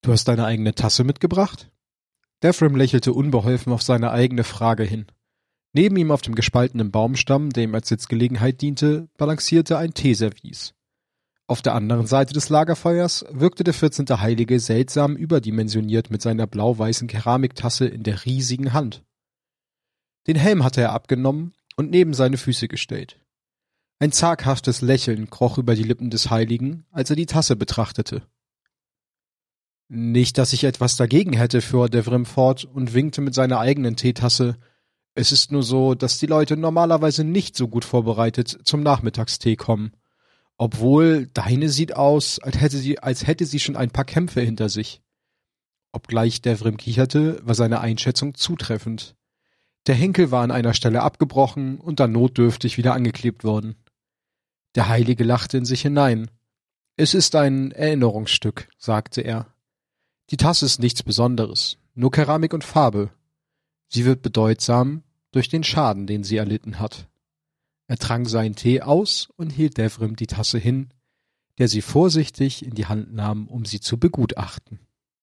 Du hast deine eigene Tasse mitgebracht? Devrim lächelte unbeholfen auf seine eigene Frage hin. Neben ihm auf dem gespaltenen Baumstamm, der ihm als Sitzgelegenheit diente, balancierte ein Teeservice. Auf der anderen Seite des Lagerfeuers wirkte der 14. Heilige seltsam überdimensioniert mit seiner blau-weißen Keramiktasse in der riesigen Hand. Den Helm hatte er abgenommen und neben seine Füße gestellt. Ein zaghaftes Lächeln kroch über die Lippen des Heiligen, als er die Tasse betrachtete. Nicht, dass ich etwas dagegen hätte, fuhr Devrim fort und winkte mit seiner eigenen Teetasse. Es ist nur so, dass die Leute normalerweise nicht so gut vorbereitet zum Nachmittagstee kommen. Obwohl, deine sieht aus, als hätte sie schon ein paar Kämpfe hinter sich. Obgleich Devrim kicherte, war seine Einschätzung zutreffend. Der Henkel war an einer Stelle abgebrochen und dann notdürftig wieder angeklebt worden. Der Heilige lachte in sich hinein. Es ist ein Erinnerungsstück, sagte er. Die Tasse ist nichts Besonderes, nur Keramik und Farbe. Sie wird bedeutsam durch den Schaden, den sie erlitten hat. Er trank seinen Tee aus und hielt Devrim die Tasse hin, der sie vorsichtig in die Hand nahm, um sie zu begutachten.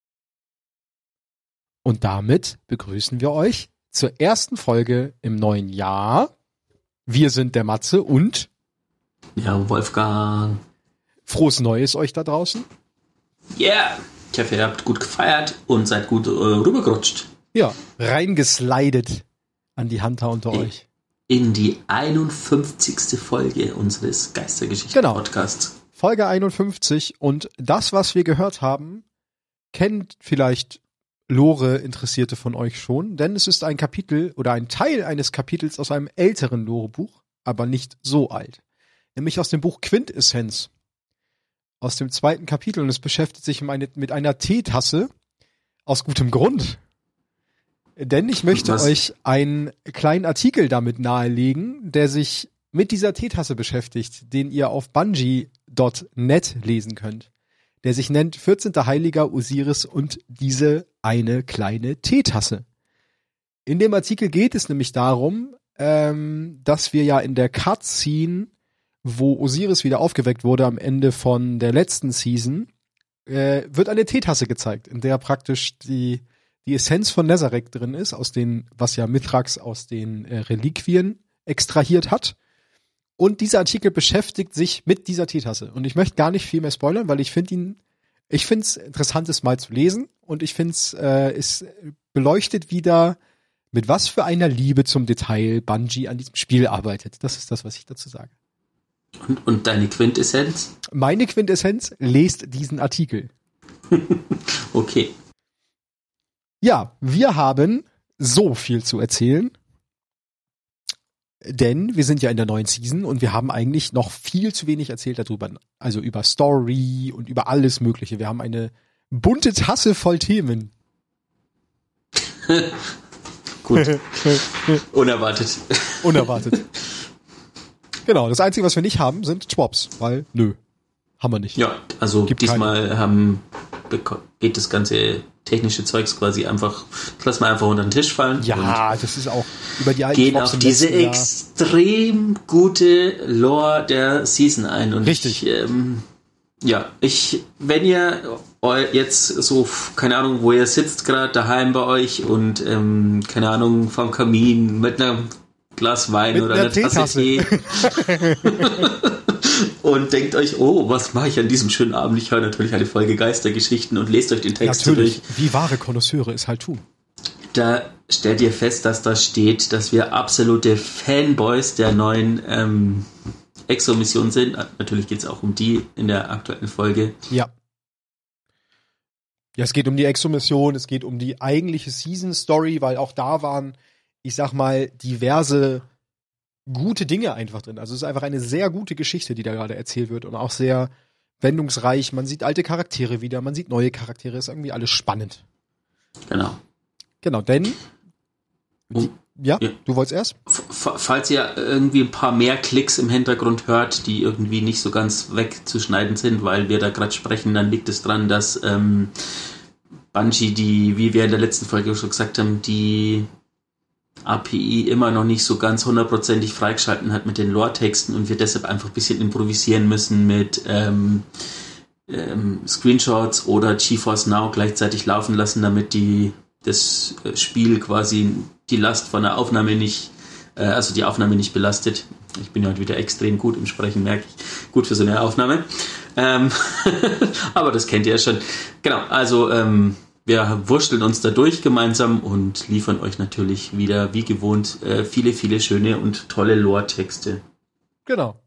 Und damit begrüßen wir euch zur ersten Folge im neuen Jahr. Wir sind der Matze und ja, Wolfgang. Frohes Neues euch da draußen. Yeah! Ich hoffe, ihr habt gut gefeiert und seid gut rübergerutscht. Ja, reingeslidet an die Hunter unter euch. In die 51. Folge unseres Geistergeschichten-Podcasts. Genau. Folge 51 und das, was wir gehört haben, kennt vielleicht Lore-Interessierte von euch schon, denn es ist ein Kapitel oder ein Teil eines Kapitels aus einem älteren Lore-Buch, aber nicht so alt. Nämlich aus dem Buch Quintessenz. Aus dem 2. Kapitel und es beschäftigt sich mit einer Teetasse aus gutem Grund. Denn ich möchte euch einen kleinen Artikel damit nahelegen, der sich mit dieser Teetasse beschäftigt, den ihr auf bungie.net lesen könnt. Der sich nennt 14. Heiliger Osiris und diese eine kleine Teetasse. In dem Artikel geht es nämlich darum, dass wir ja in der Cutscene, wo Osiris wieder aufgeweckt wurde am Ende von der letzten Season, wird eine Teetasse gezeigt, in der praktisch die Essenz von Nezarec drin ist, was ja Mithrax aus den Reliquien extrahiert hat. Und dieser Artikel beschäftigt sich mit dieser Teetasse. Und ich möchte gar nicht viel mehr spoilern, weil ich finde es interessant, es mal zu lesen. Und ich finde es beleuchtet wieder, mit was für einer Liebe zum Detail Bungie an diesem Spiel arbeitet. Das ist das, was ich dazu sage. Und deine Quintessenz? Meine Quintessenz, lest diesen Artikel. Okay. Ja, wir haben so viel zu erzählen, denn wir sind ja in der neuen Season und wir haben eigentlich noch viel zu wenig erzählt darüber, also über Story und über alles Mögliche. Wir haben eine bunte Tasse voll Themen. Gut. Unerwartet. Unerwartet. Genau, das Einzige, was wir nicht haben, sind Schwops, weil haben wir nicht. Ja, also diesmal geht das ganze technische Zeugs quasi einfach, das lassen wir einfach unter den Tisch fallen. Ja, das ist auch über die alten gehen Schwops auf diese extrem gute Lore der Season ein. Und richtig. Wenn ihr jetzt so, keine Ahnung, wo ihr sitzt gerade daheim bei euch und keine Ahnung, vom Kamin mit einem Glas Wein mit oder einer Tasse Tee und denkt euch, oh, was mache ich an diesem schönen Abend? Ich höre natürlich eine Folge Geistergeschichten und lest euch den Text natürlich, durch. Wie wahre Konnoisseure es halt tun. Da stellt ihr fest, dass da steht, dass wir absolute Fanboys der neuen Exo-Mission sind. Natürlich geht es auch um die in der aktuellen Folge. Ja. Ja, es geht um die Exo-Mission, es geht um die eigentliche Season-Story, weil auch da waren, ich sag mal, diverse gute Dinge einfach drin. Also es ist einfach eine sehr gute Geschichte, die da gerade erzählt wird und auch sehr wendungsreich. Man sieht alte Charaktere wieder, man sieht neue Charaktere, ist irgendwie alles spannend. Genau, denn du wolltest erst? Falls ihr irgendwie ein paar mehr Klicks im Hintergrund hört, die irgendwie nicht so ganz wegzuschneiden sind, weil wir da gerade sprechen, dann liegt es dran, dass Bungie, wie wir in der letzten Folge schon gesagt haben, die API immer noch nicht so ganz 100%ig freigeschalten hat mit den Lore-Texten und wir deshalb einfach ein bisschen improvisieren müssen mit Screenshots oder GeForce Now gleichzeitig laufen lassen, damit das Spiel quasi die Last von der Aufnahme nicht, also die Aufnahme nicht belastet. Ich bin ja heute wieder extrem gut im Sprechen, merke ich. Gut für so eine Aufnahme. Aber das kennt ihr ja schon. Genau, also wir wursteln uns da durch gemeinsam und liefern euch natürlich wieder, wie gewohnt, viele, viele schöne und tolle Lore-Texte. Genau.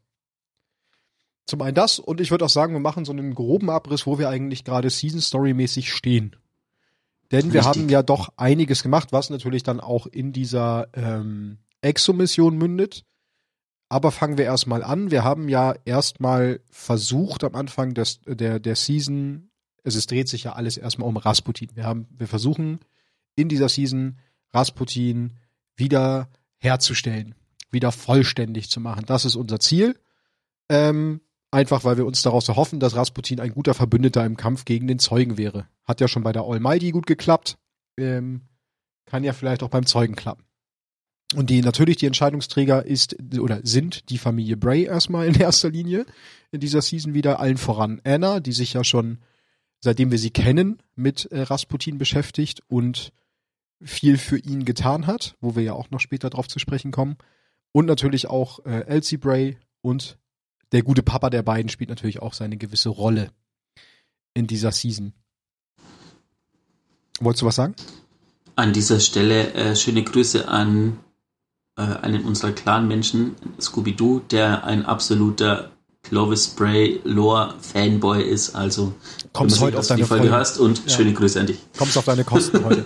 Zum einen das, und ich würde auch sagen, wir machen so einen groben Abriss, wo wir eigentlich gerade Season-Story-mäßig stehen. Denn wir haben ja doch einiges gemacht, was natürlich dann auch in dieser Exo-Mission mündet. Aber fangen wir erstmal an. Wir haben ja erstmal versucht am Anfang der Season, es dreht sich ja alles erstmal um Rasputin. Wir versuchen in dieser Season Rasputin wieder herzustellen, wieder vollständig zu machen. Das ist unser Ziel. Einfach, weil wir uns daraus erhoffen, dass Rasputin ein guter Verbündeter im Kampf gegen den Zeugen wäre. Hat ja schon bei der Almighty gut geklappt. Kann ja vielleicht auch beim Zeugen klappen. Und natürlich die Entscheidungsträger sind die Familie Bray erstmal in erster Linie in dieser Season wieder, allen voran Anna, die sich ja schon, seitdem wir sie kennen, mit Rasputin beschäftigt und viel für ihn getan hat, wo wir ja auch noch später drauf zu sprechen kommen. Und natürlich auch Elsie Bray und der gute Papa der beiden spielt natürlich auch seine gewisse Rolle in dieser Season. Wolltest du was sagen? An dieser Stelle schöne Grüße an einen unserer Clan-Menschen, Scooby-Doo, der ein absoluter Clovis Bray Lore-Fanboy ist. Also kommst heute auf deine Folge hast und schöne Grüße an dich. Kommst auf deine Kosten heute.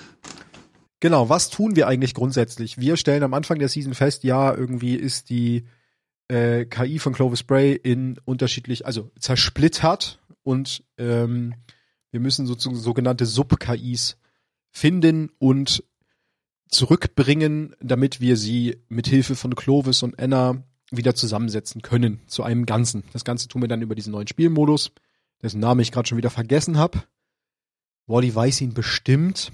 Genau, was tun wir eigentlich grundsätzlich? Wir stellen am Anfang der Season fest, ja, irgendwie ist die KI von Clovis Bray in unterschiedlich, also zersplittert und wir müssen sogenannte Sub-KIs finden und zurückbringen, damit wir sie mit Hilfe von Clovis und Anna wieder zusammensetzen können zu einem Ganzen. Das Ganze tun wir dann über diesen neuen Spielmodus, dessen Namen ich gerade schon wieder vergessen habe. Wally weiß ihn bestimmt.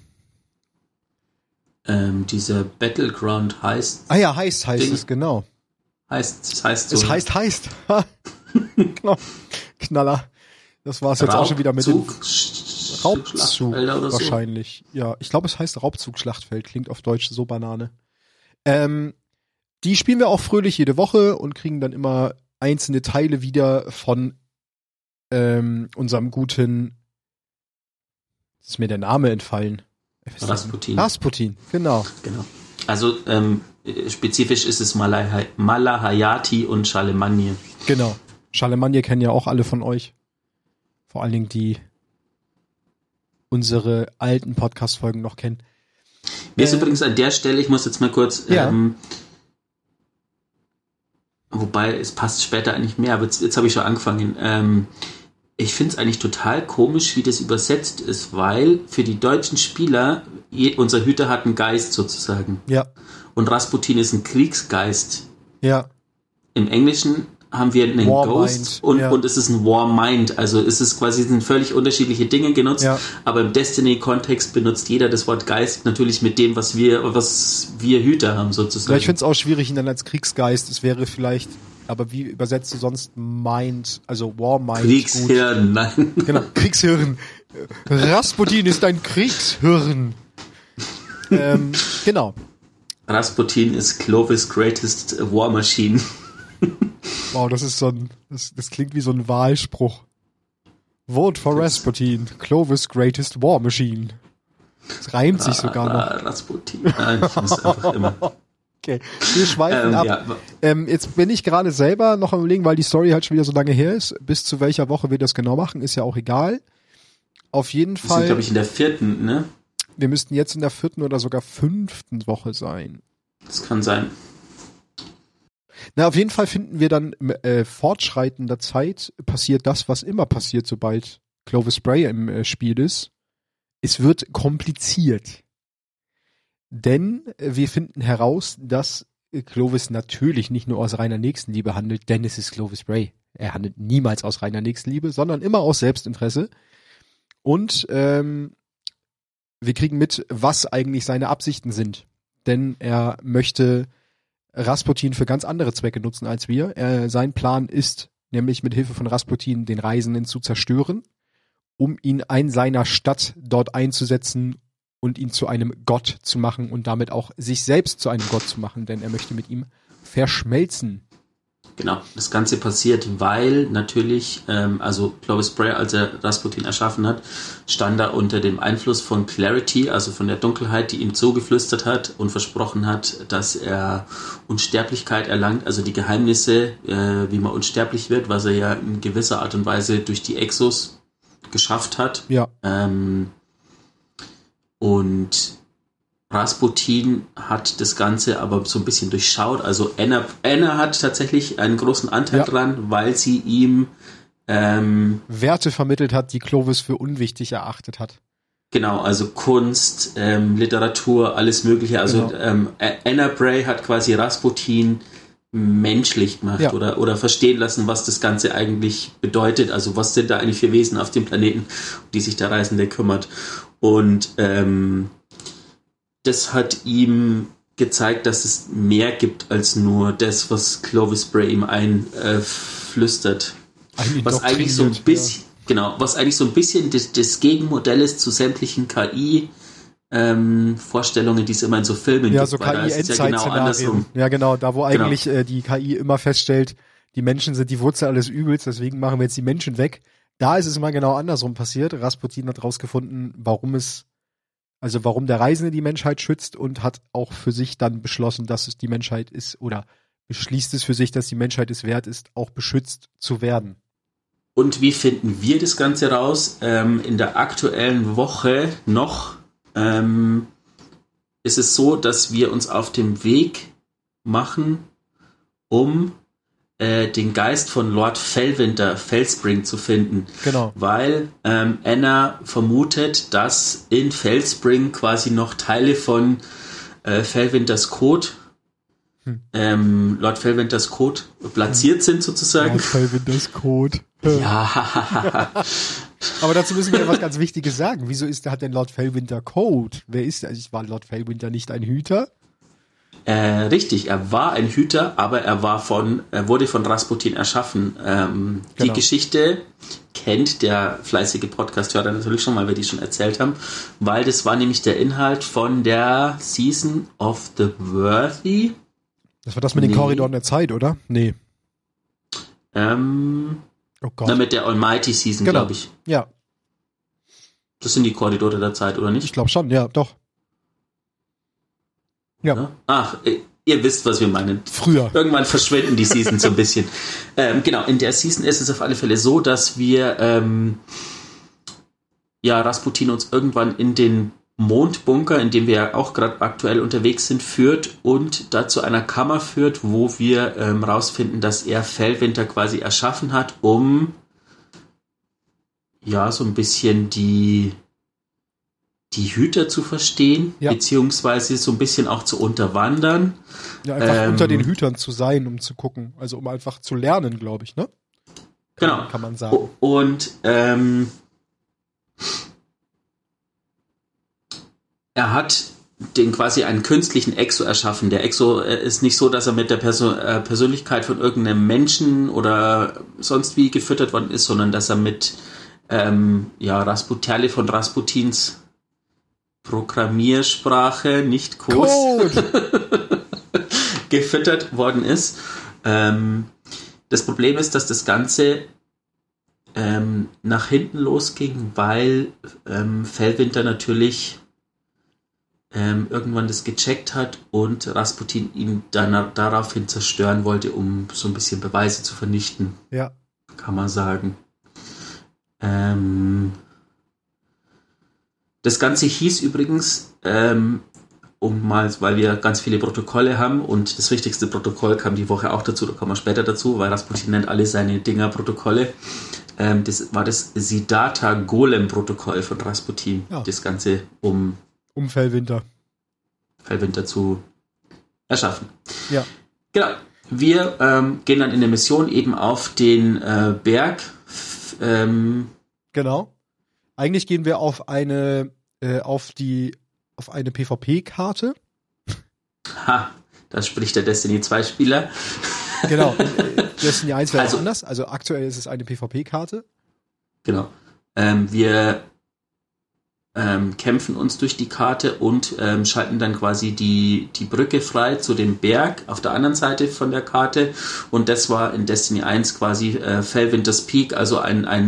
Dieser Battleground heißt... Ah ja, heißt es, genau. Es heißt so. Es heißt. Genau. Knaller. Das war es jetzt auch schon wieder mit dem Raubzug wahrscheinlich. So. Ja, ich glaube, es heißt Raubzug-Schlachtfeld. Klingt auf Deutsch so Banane. Die spielen wir auch fröhlich jede Woche und kriegen dann immer einzelne Teile wieder von unserem guten, jetzt ist mir der Name entfallen. Rasputin, genau. Also spezifisch ist es Malahayati und Charlemagne. Genau. Charlemagne kennen ja auch alle von euch. Vor allen Dingen die unsere alten Podcast-Folgen noch kennen. Mir ist übrigens an der Stelle, ich muss jetzt mal kurz, wobei es passt später eigentlich mehr, aber jetzt habe ich schon angefangen. Ich finde es eigentlich total komisch, wie das übersetzt ist, weil für die deutschen Spieler, unser Hüter hat einen Geist sozusagen. Ja. Und Rasputin ist ein Kriegsgeist. Ja. Im Englischen haben wir einen Ghost und es ist ein War Mind. Also es ist quasi, sind völlig unterschiedliche Dinge genutzt. Ja. Aber im Destiny-Kontext benutzt jeder das Wort Geist natürlich mit dem, was wir Hüter haben sozusagen. Ja, ich finde es auch schwierig, ihn dann als Kriegsgeist. Es wäre vielleicht, aber wie übersetzt du sonst Mind, also War Mind? Kriegshirn, nein. Genau, Kriegshirn. Rasputin ist ein Kriegshirn. Genau. Rasputin ist Clovis' greatest war machine. Wow, das ist das klingt wie so ein Wahlspruch. Vote for Rasputin, Clovis' greatest war machine. Das reimt sich sogar noch. Rasputin. Nein, ich muss einfach immer. Okay, wir schweifen ab. Ja. Jetzt bin ich gerade selber noch am Überlegen, weil die Story halt schon wieder so lange her ist. Bis zu welcher Woche wir das genau machen, ist ja auch egal. Auf jeden Fall. Wir sind, glaube ich, in der 4., ne? Wir müssten jetzt in der 4. oder sogar 5. Woche sein. Das kann sein. Na, auf jeden Fall finden wir dann fortschreitender Zeit passiert das, was immer passiert, sobald Clovis Bray im Spiel ist. Es wird kompliziert. Denn wir finden heraus, dass Clovis natürlich nicht nur aus reiner Nächstenliebe handelt, denn es ist Clovis Bray. Er handelt niemals aus reiner Nächstenliebe, sondern immer aus Selbstinteresse. Und wir kriegen mit, was eigentlich seine Absichten sind. Denn er möchte Rasputin für ganz andere Zwecke nutzen als wir. Sein Plan ist, nämlich mit Hilfe von Rasputin den Reisenden zu zerstören, um ihn in seiner Stadt dort einzusetzen und ihn zu einem Gott zu machen und damit auch sich selbst zu einem Gott zu machen, denn er möchte mit ihm verschmelzen. Genau, das Ganze passiert, weil natürlich, also Clovis Bray, als er Rasputin erschaffen hat, stand er unter dem Einfluss von Clarity, also von der Dunkelheit, die ihm zugeflüstert hat und versprochen hat, dass er Unsterblichkeit erlangt, also die Geheimnisse, wie man unsterblich wird, was er ja in gewisser Art und Weise durch die Exos geschafft hat. Ja. Und Rasputin hat das Ganze aber so ein bisschen durchschaut. Also Anna hat tatsächlich einen großen Anteil dran, weil sie ihm Werte vermittelt hat, die Clovis für unwichtig erachtet hat. Genau, also Kunst, Literatur, alles Mögliche. Also genau. Anna Bray hat quasi Rasputin menschlich gemacht oder verstehen lassen, was das Ganze eigentlich bedeutet. Also was sind da eigentlich für Wesen auf dem Planeten, um die sich der Reisende kümmert. Und das hat ihm gezeigt, dass es mehr gibt als nur das, was Clovis Bray ihm einflüstert. Was eigentlich so ein bisschen, was eigentlich so ein bisschen das Gegenmodell ist zu sämtlichen KI Vorstellungen, die es immer in so Filmen gibt. Ja, so KI-Endzeit-Szenarien. Ja, genau, da wo eigentlich die KI immer feststellt, die Menschen sind die Wurzel alles Übels, deswegen machen wir jetzt die Menschen weg. Da ist es immer genau andersrum passiert. Rasputin hat rausgefunden, warum der Reisende die Menschheit schützt und hat auch für sich dann beschlossen, dass es die Menschheit ist oder beschließt es für sich, dass die Menschheit es wert ist, auch beschützt zu werden. Und wie finden wir das Ganze raus? In der aktuellen Woche noch ist es so, dass wir uns auf dem Weg machen, um den Geist von Lord Fellwinter, Fellspring, zu finden. Genau. Weil Anna vermutet, dass in Fellspring quasi noch Teile von Fellwinters Code, Lord Fellwinters Code platziert sind sozusagen. Lord Fellwinters Code. Ja. Aber dazu müssen wir was ganz Wichtiges sagen. Wieso hat denn Lord Fellwinter Code? War Lord Fellwinter nicht ein Hüter? Richtig, er war ein Hüter, aber er wurde von Rasputin erschaffen. Die Geschichte kennt der fleißige Podcast-Hörer natürlich schon mal, weil die schon erzählt haben, weil das war nämlich der Inhalt von der Season of the Worthy. Das war das mit den Korridoren der Zeit, oder? Nee. Oh Gott. Mit der Almighty Season, glaube ich. Ja. Das sind die Korridore der Zeit, oder nicht? Ich glaube schon, ja, doch. Ja. Ach, ihr wisst, was wir meinen. Früher. Irgendwann verschwinden die Seasons so ein bisschen. Genau, in der Season ist es auf alle Fälle so, dass wir Rasputin uns irgendwann in den Mondbunker, in dem wir ja auch gerade aktuell unterwegs sind, führt und dazu einer Kammer führt, wo wir rausfinden, dass er Fellwinter quasi erschaffen hat, um so ein bisschen die Hüter zu verstehen, beziehungsweise so ein bisschen auch zu unterwandern. Ja, einfach unter den Hütern zu sein, um zu gucken. Also um einfach zu lernen, glaube ich, ne? Genau. Kann man sagen. Und er hat den quasi einen künstlichen Exo erschaffen. Der Exo ist nicht so, dass er mit der Persönlichkeit von irgendeinem Menschen oder sonst wie gefüttert worden ist, sondern dass er mit Teile von Rasputins Programmiersprache, nicht Code, gefüttert worden ist. Das Problem ist, dass das Ganze nach hinten losging, weil Fellwinter natürlich irgendwann das gecheckt hat und Rasputin ihn dann daraufhin zerstören wollte, um so ein bisschen Beweise zu vernichten. Ja. Kann man sagen. Das Ganze hieß übrigens, weil wir ganz viele Protokolle haben und das wichtigste Protokoll kam die Woche auch dazu, da kommen wir später dazu, weil Rasputin nennt alle seine Dinger Protokolle. Das war das Siddhartha-Golem-Protokoll von Rasputin. Ja. Das Ganze um Fellwinter zu erschaffen. Ja. Genau. Wir gehen dann in der Mission eben auf den Berg. Genau. Eigentlich gehen wir auf eine PvP-Karte. Ha, da spricht der Destiny 2 Spieler. Genau. Destiny 1 wäre also anders. Also aktuell ist es eine PvP-Karte. Genau. Wir kämpfen uns durch die Karte und schalten dann quasi die Brücke frei zu dem Berg auf der anderen Seite von der Karte. Und das war in Destiny 1 quasi Fellwinter's Peak, also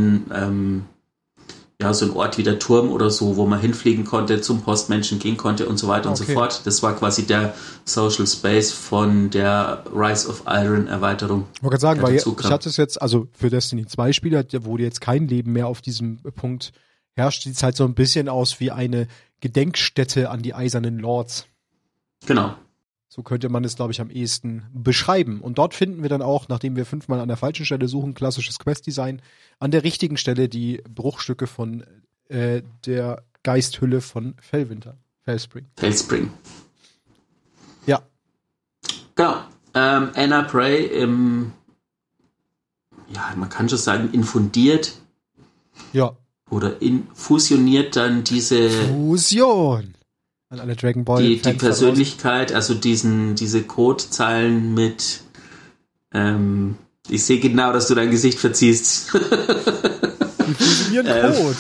so ein Ort wie der Turm oder so, wo man hinfliegen konnte, zum Postmenschen gehen konnte und so weiter und so fort. Das war quasi der Social Space von der Rise of Iron Erweiterung. Ich wollte gerade sagen, weil ich hatte es jetzt, also für Destiny 2 Spieler, wo jetzt kein Leben mehr auf diesem Punkt herrscht, sieht es halt so ein bisschen aus wie eine Gedenkstätte an die Eisernen Lords. Genau. So könnte man es, glaube ich, am ehesten beschreiben. Und dort finden wir dann auch, nachdem wir 5-mal an der falschen Stelle suchen, klassisches Quest-Design, an der richtigen Stelle die Bruchstücke von der Geisthülle von Fellspring. Ja. Genau. Anna Bray man kann schon sagen, infundiert. Ja. Oder fusioniert dann diese Fusion an alle Dragon Ball die Persönlichkeit, also diese Codezeilen mit ich sehe genau, dass du dein Gesicht verziehst. Die fusionieren Code.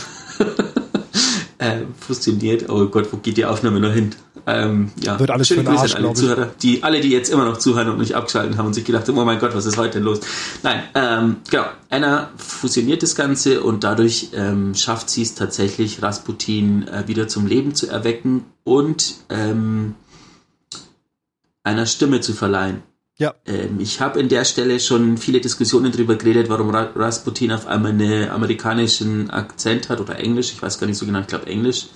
Fusioniert, oh Gott, wo geht die Aufnahme noch hin? Wird alles schöne für den Grüße Arsch, an alle Zuhörer, die jetzt immer noch zuhören und nicht abgeschaltet haben und sich gedacht haben, oh mein Gott, was ist heute denn los? Nein, genau, Anna fusioniert das Ganze und dadurch schafft sie es tatsächlich, Rasputin wieder zum Leben zu erwecken und einer Stimme zu verleihen. Ja. Ich habe in der Stelle schon viele Diskussionen darüber geredet, warum Rasputin auf einmal einen amerikanischen Akzent hat oder Englisch, ich weiß gar nicht so genau, ich glaube Englisch.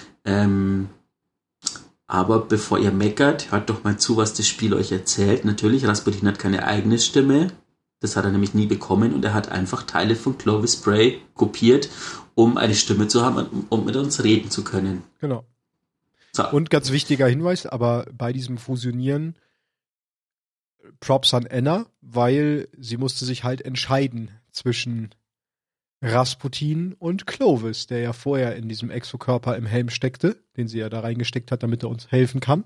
Aber bevor ihr meckert, hört doch mal zu, was das Spiel euch erzählt. Natürlich, Rasputin hat keine eigene Stimme, das hat er nämlich nie bekommen und er hat einfach Teile von Clovis Bray kopiert, um eine Stimme zu haben, um mit uns reden zu können. Genau. So. Und ganz wichtiger Hinweis, aber bei diesem Fusionieren Props an Anna, weil sie musste sich halt entscheiden zwischen Rasputin und Clovis, der ja vorher in diesem Exokörper im Helm steckte, den sie ja da reingesteckt hat, damit er uns helfen kann.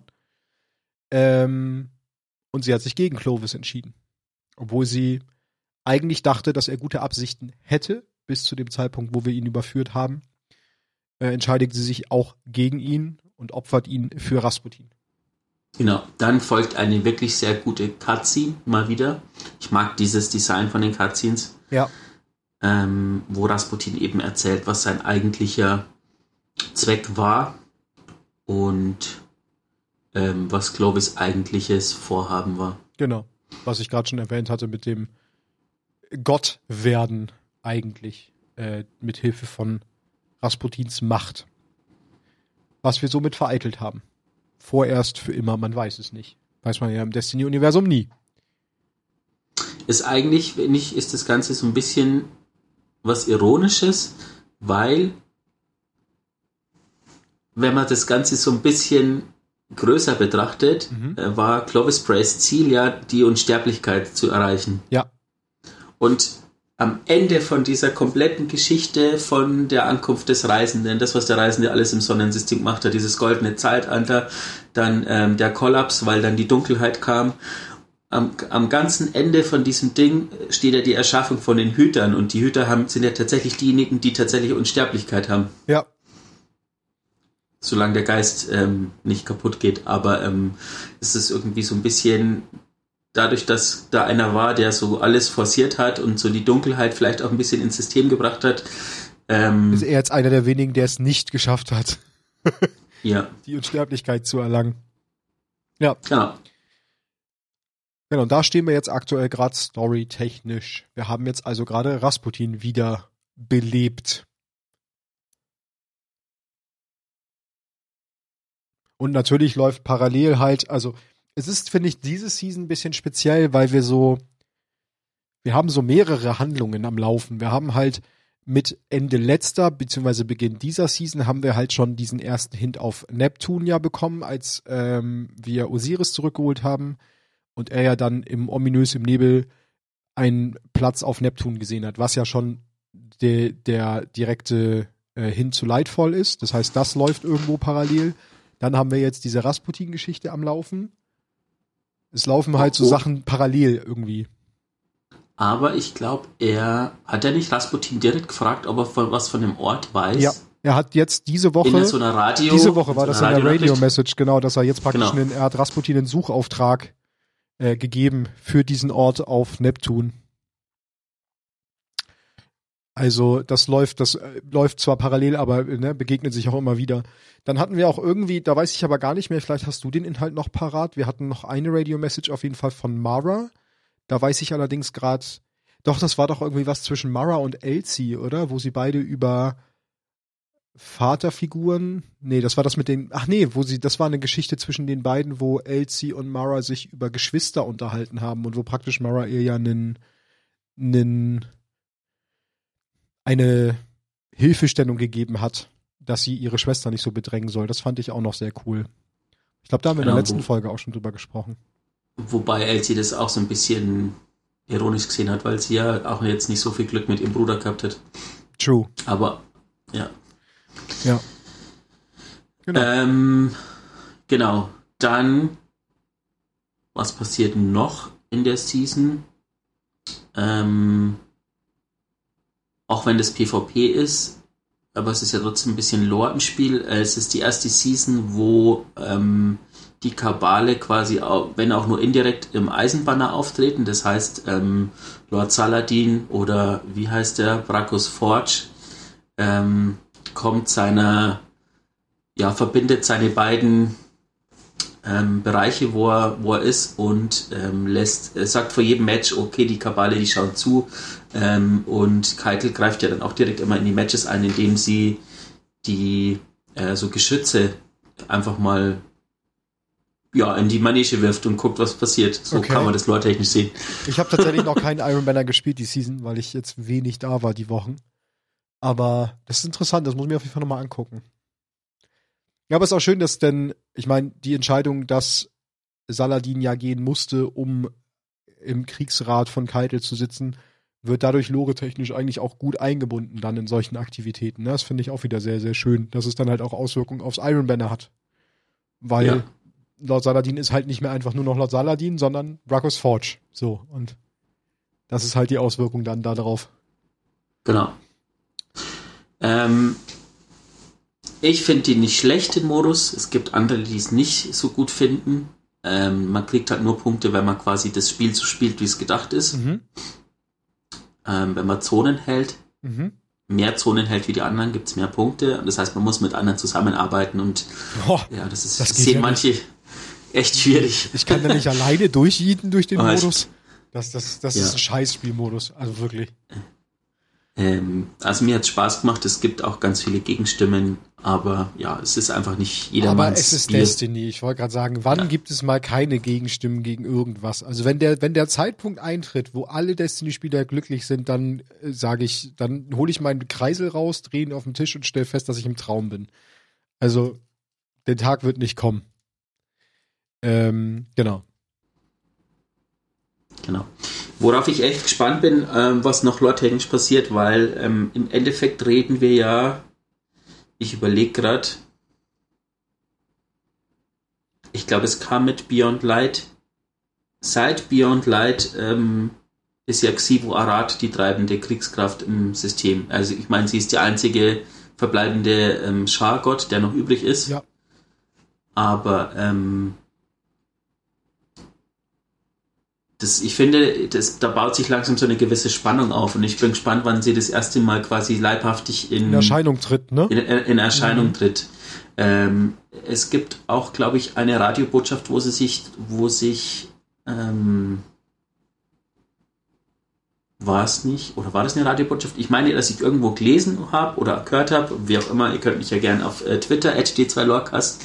Und sie hat sich gegen Clovis entschieden. Obwohl sie eigentlich dachte, dass er gute Absichten hätte, bis zu dem Zeitpunkt, wo wir ihn überführt haben, entscheidet sie sich auch gegen ihn und opfert ihn für Rasputin. Genau, dann folgt eine wirklich sehr gute Cutscene mal wieder. Ich mag dieses Design von den Cutscenes. Ja. Wo Rasputin eben erzählt, was sein eigentlicher Zweck war und was Clovis eigentliches Vorhaben war. Genau, was ich gerade schon erwähnt hatte mit dem Gottwerden eigentlich, mit Hilfe von Rasputins Macht. Was wir somit vereitelt haben. Vorerst für immer, man weiß es nicht. Weiß man ja im Destiny-Universum nie. Ist eigentlich, finde ich, ist das Ganze so ein bisschen was Ironisches, weil wenn man das Ganze so ein bisschen größer betrachtet, war Clovis Brays Ziel ja, die Unsterblichkeit zu erreichen. Ja. Und am Ende von dieser kompletten Geschichte von der Ankunft des Reisenden, das, was der Reisende alles im Sonnensystem gemacht hat, dieses goldene Zeitalter, dann der Kollaps, weil dann die Dunkelheit kam. Am ganzen Ende von diesem Ding steht ja die Erschaffung von den Hütern und die Hüter sind ja tatsächlich diejenigen, die tatsächlich Unsterblichkeit haben. Ja. Solange der Geist nicht kaputt geht, aber es ist irgendwie so ein bisschen dadurch, dass da einer war, der so alles forciert hat und so die Dunkelheit vielleicht auch ein bisschen ins System gebracht hat. Ist er jetzt einer der wenigen, der es nicht geschafft hat, ja, die Unsterblichkeit zu erlangen. Ja. Genau. Genau, und da stehen wir jetzt aktuell gerade storytechnisch. Wir haben jetzt also gerade Rasputin wieder belebt. Und natürlich läuft parallel halt, also es ist, finde ich, diese Season ein bisschen speziell, weil wir haben so mehrere Handlungen am Laufen. Wir haben halt mit Ende letzter, beziehungsweise Beginn dieser Season, haben wir halt schon diesen ersten Hint auf Neptun ja bekommen, als wir Osiris zurückgeholt haben und er ja dann im Nebel einen Platz auf Neptun gesehen hat, was ja schon der direkte Hint zu Lightfall ist. Das heißt, das läuft irgendwo parallel. Dann haben wir jetzt diese Rasputin-Geschichte am Laufen. Es laufen halt so Sachen parallel irgendwie. Aber ich glaube, hat er nicht Rasputin direkt gefragt, ob er was von dem Ort weiß? Ja, er hat jetzt diese Woche war das in der Radio-Message, genau, dass er jetzt praktisch er hat Rasputin einen Suchauftrag gegeben für diesen Ort auf Neptun. Also das läuft zwar parallel, aber begegnet sich auch immer wieder. Dann hatten wir auch irgendwie, da weiß ich aber gar nicht mehr, vielleicht hast du den Inhalt noch parat, wir hatten noch eine Radio-Message auf jeden Fall von Mara. Da weiß ich allerdings gerade, doch, das war doch irgendwie was zwischen Mara und Elsie, oder? Wo sie beide über Vaterfiguren, das war das mit den, das war eine Geschichte zwischen den beiden, wo Elsie und Mara sich über Geschwister unterhalten haben und wo praktisch Mara ihr ja eine Hilfestellung gegeben hat, dass sie ihre Schwester nicht so bedrängen soll. Das fand ich auch noch sehr cool. Ich glaube, da haben wir in der letzten Folge auch schon drüber gesprochen. Wobei Elsie das auch so ein bisschen ironisch gesehen hat, weil sie ja auch jetzt nicht so viel Glück mit ihrem Bruder gehabt hat. True. Aber, ja. Ja. Genau. Genau. Dann, was passiert noch in der Season? Auch wenn das PvP ist, aber es ist ja trotzdem ein bisschen Lore im Spiel. Es ist die erste Season, wo die Kabale quasi, wenn auch nur indirekt, im Eisenbanner auftreten. Das heißt, Lord Saladin oder wie heißt der, Bracchus Forge, verbindet seine beiden Bereiche, wo er ist und sagt vor jedem Match, okay, die Kabale, die schauen zu, und Keitel greift ja dann auch direkt immer in die Matches ein, indem sie die so Geschütze einfach mal in die Manege wirft und guckt, was passiert. So kann man das lore-technisch sehen. Ich habe tatsächlich noch keinen Iron Banner gespielt die Season, weil ich jetzt wenig da war die Wochen. Aber das ist interessant, das muss ich mir auf jeden Fall nochmal angucken. Ja, aber es ist auch schön, dass ich meine, die Entscheidung, dass Saladin ja gehen musste, um im Kriegsrat von Keitel zu sitzen, wird dadurch lore-technisch eigentlich auch gut eingebunden dann in solchen Aktivitäten. Ne? Das finde ich auch wieder sehr, sehr schön, dass es dann halt auch Auswirkungen aufs Iron Banner hat. Weil Lord Saladin ist halt nicht mehr einfach nur noch Lord Saladin, sondern Bracchus Forge. So, und das ist halt die Auswirkung dann da drauf. Genau. Ich finde den nicht schlecht, den Modus. Es gibt andere, die es nicht so gut finden. Man kriegt halt nur Punkte, wenn man quasi das Spiel so spielt, wie es gedacht ist. Mhm. Wenn man Zonen hält, mehr Zonen hält wie die anderen, gibt es mehr Punkte. Das heißt, man muss mit anderen zusammenarbeiten und das sehen manche echt schwierig. Ich kann da nicht alleine durchjieten durch den Modus. Das ist ein Scheißspielmodus, also wirklich. Also mir hat es Spaß gemacht, es gibt auch ganz viele Gegenstimmen, aber es ist einfach nicht jedermanns Aber es ist Bier. Destiny, ich wollte gerade sagen, wann gibt es mal keine Gegenstimmen gegen irgendwas? Also wenn der Zeitpunkt eintritt, wo alle Destiny-Spieler glücklich sind, dann dann hole ich meinen Kreisel raus, drehe ihn auf den Tisch und stelle fest, dass ich im Traum bin. Also der Tag wird nicht kommen. Genau. Genau. Worauf ich echt gespannt bin, was noch lore-technisch passiert, weil im Endeffekt reden wir ja, ich überlege gerade, ich glaube, es kam mit Beyond Light. Seit Beyond Light ist ja Xivu Arad die treibende Kriegskraft im System. Also ich meine, sie ist die einzige verbleibende Schar-Gott, der noch übrig ist. Ja. Aber ich finde, da baut sich langsam so eine gewisse Spannung auf und ich bin gespannt, wann sie das erste Mal quasi leibhaftig in Erscheinung tritt, ne? In Erscheinung tritt. Es gibt auch, glaube ich, eine Radiobotschaft, wo sich war es nicht? Oder war das eine Radiobotschaft? Ich meine, dass ich irgendwo gelesen habe oder gehört habe, wie auch immer, ihr könnt mich ja gerne auf Twitter, @d2lorcast,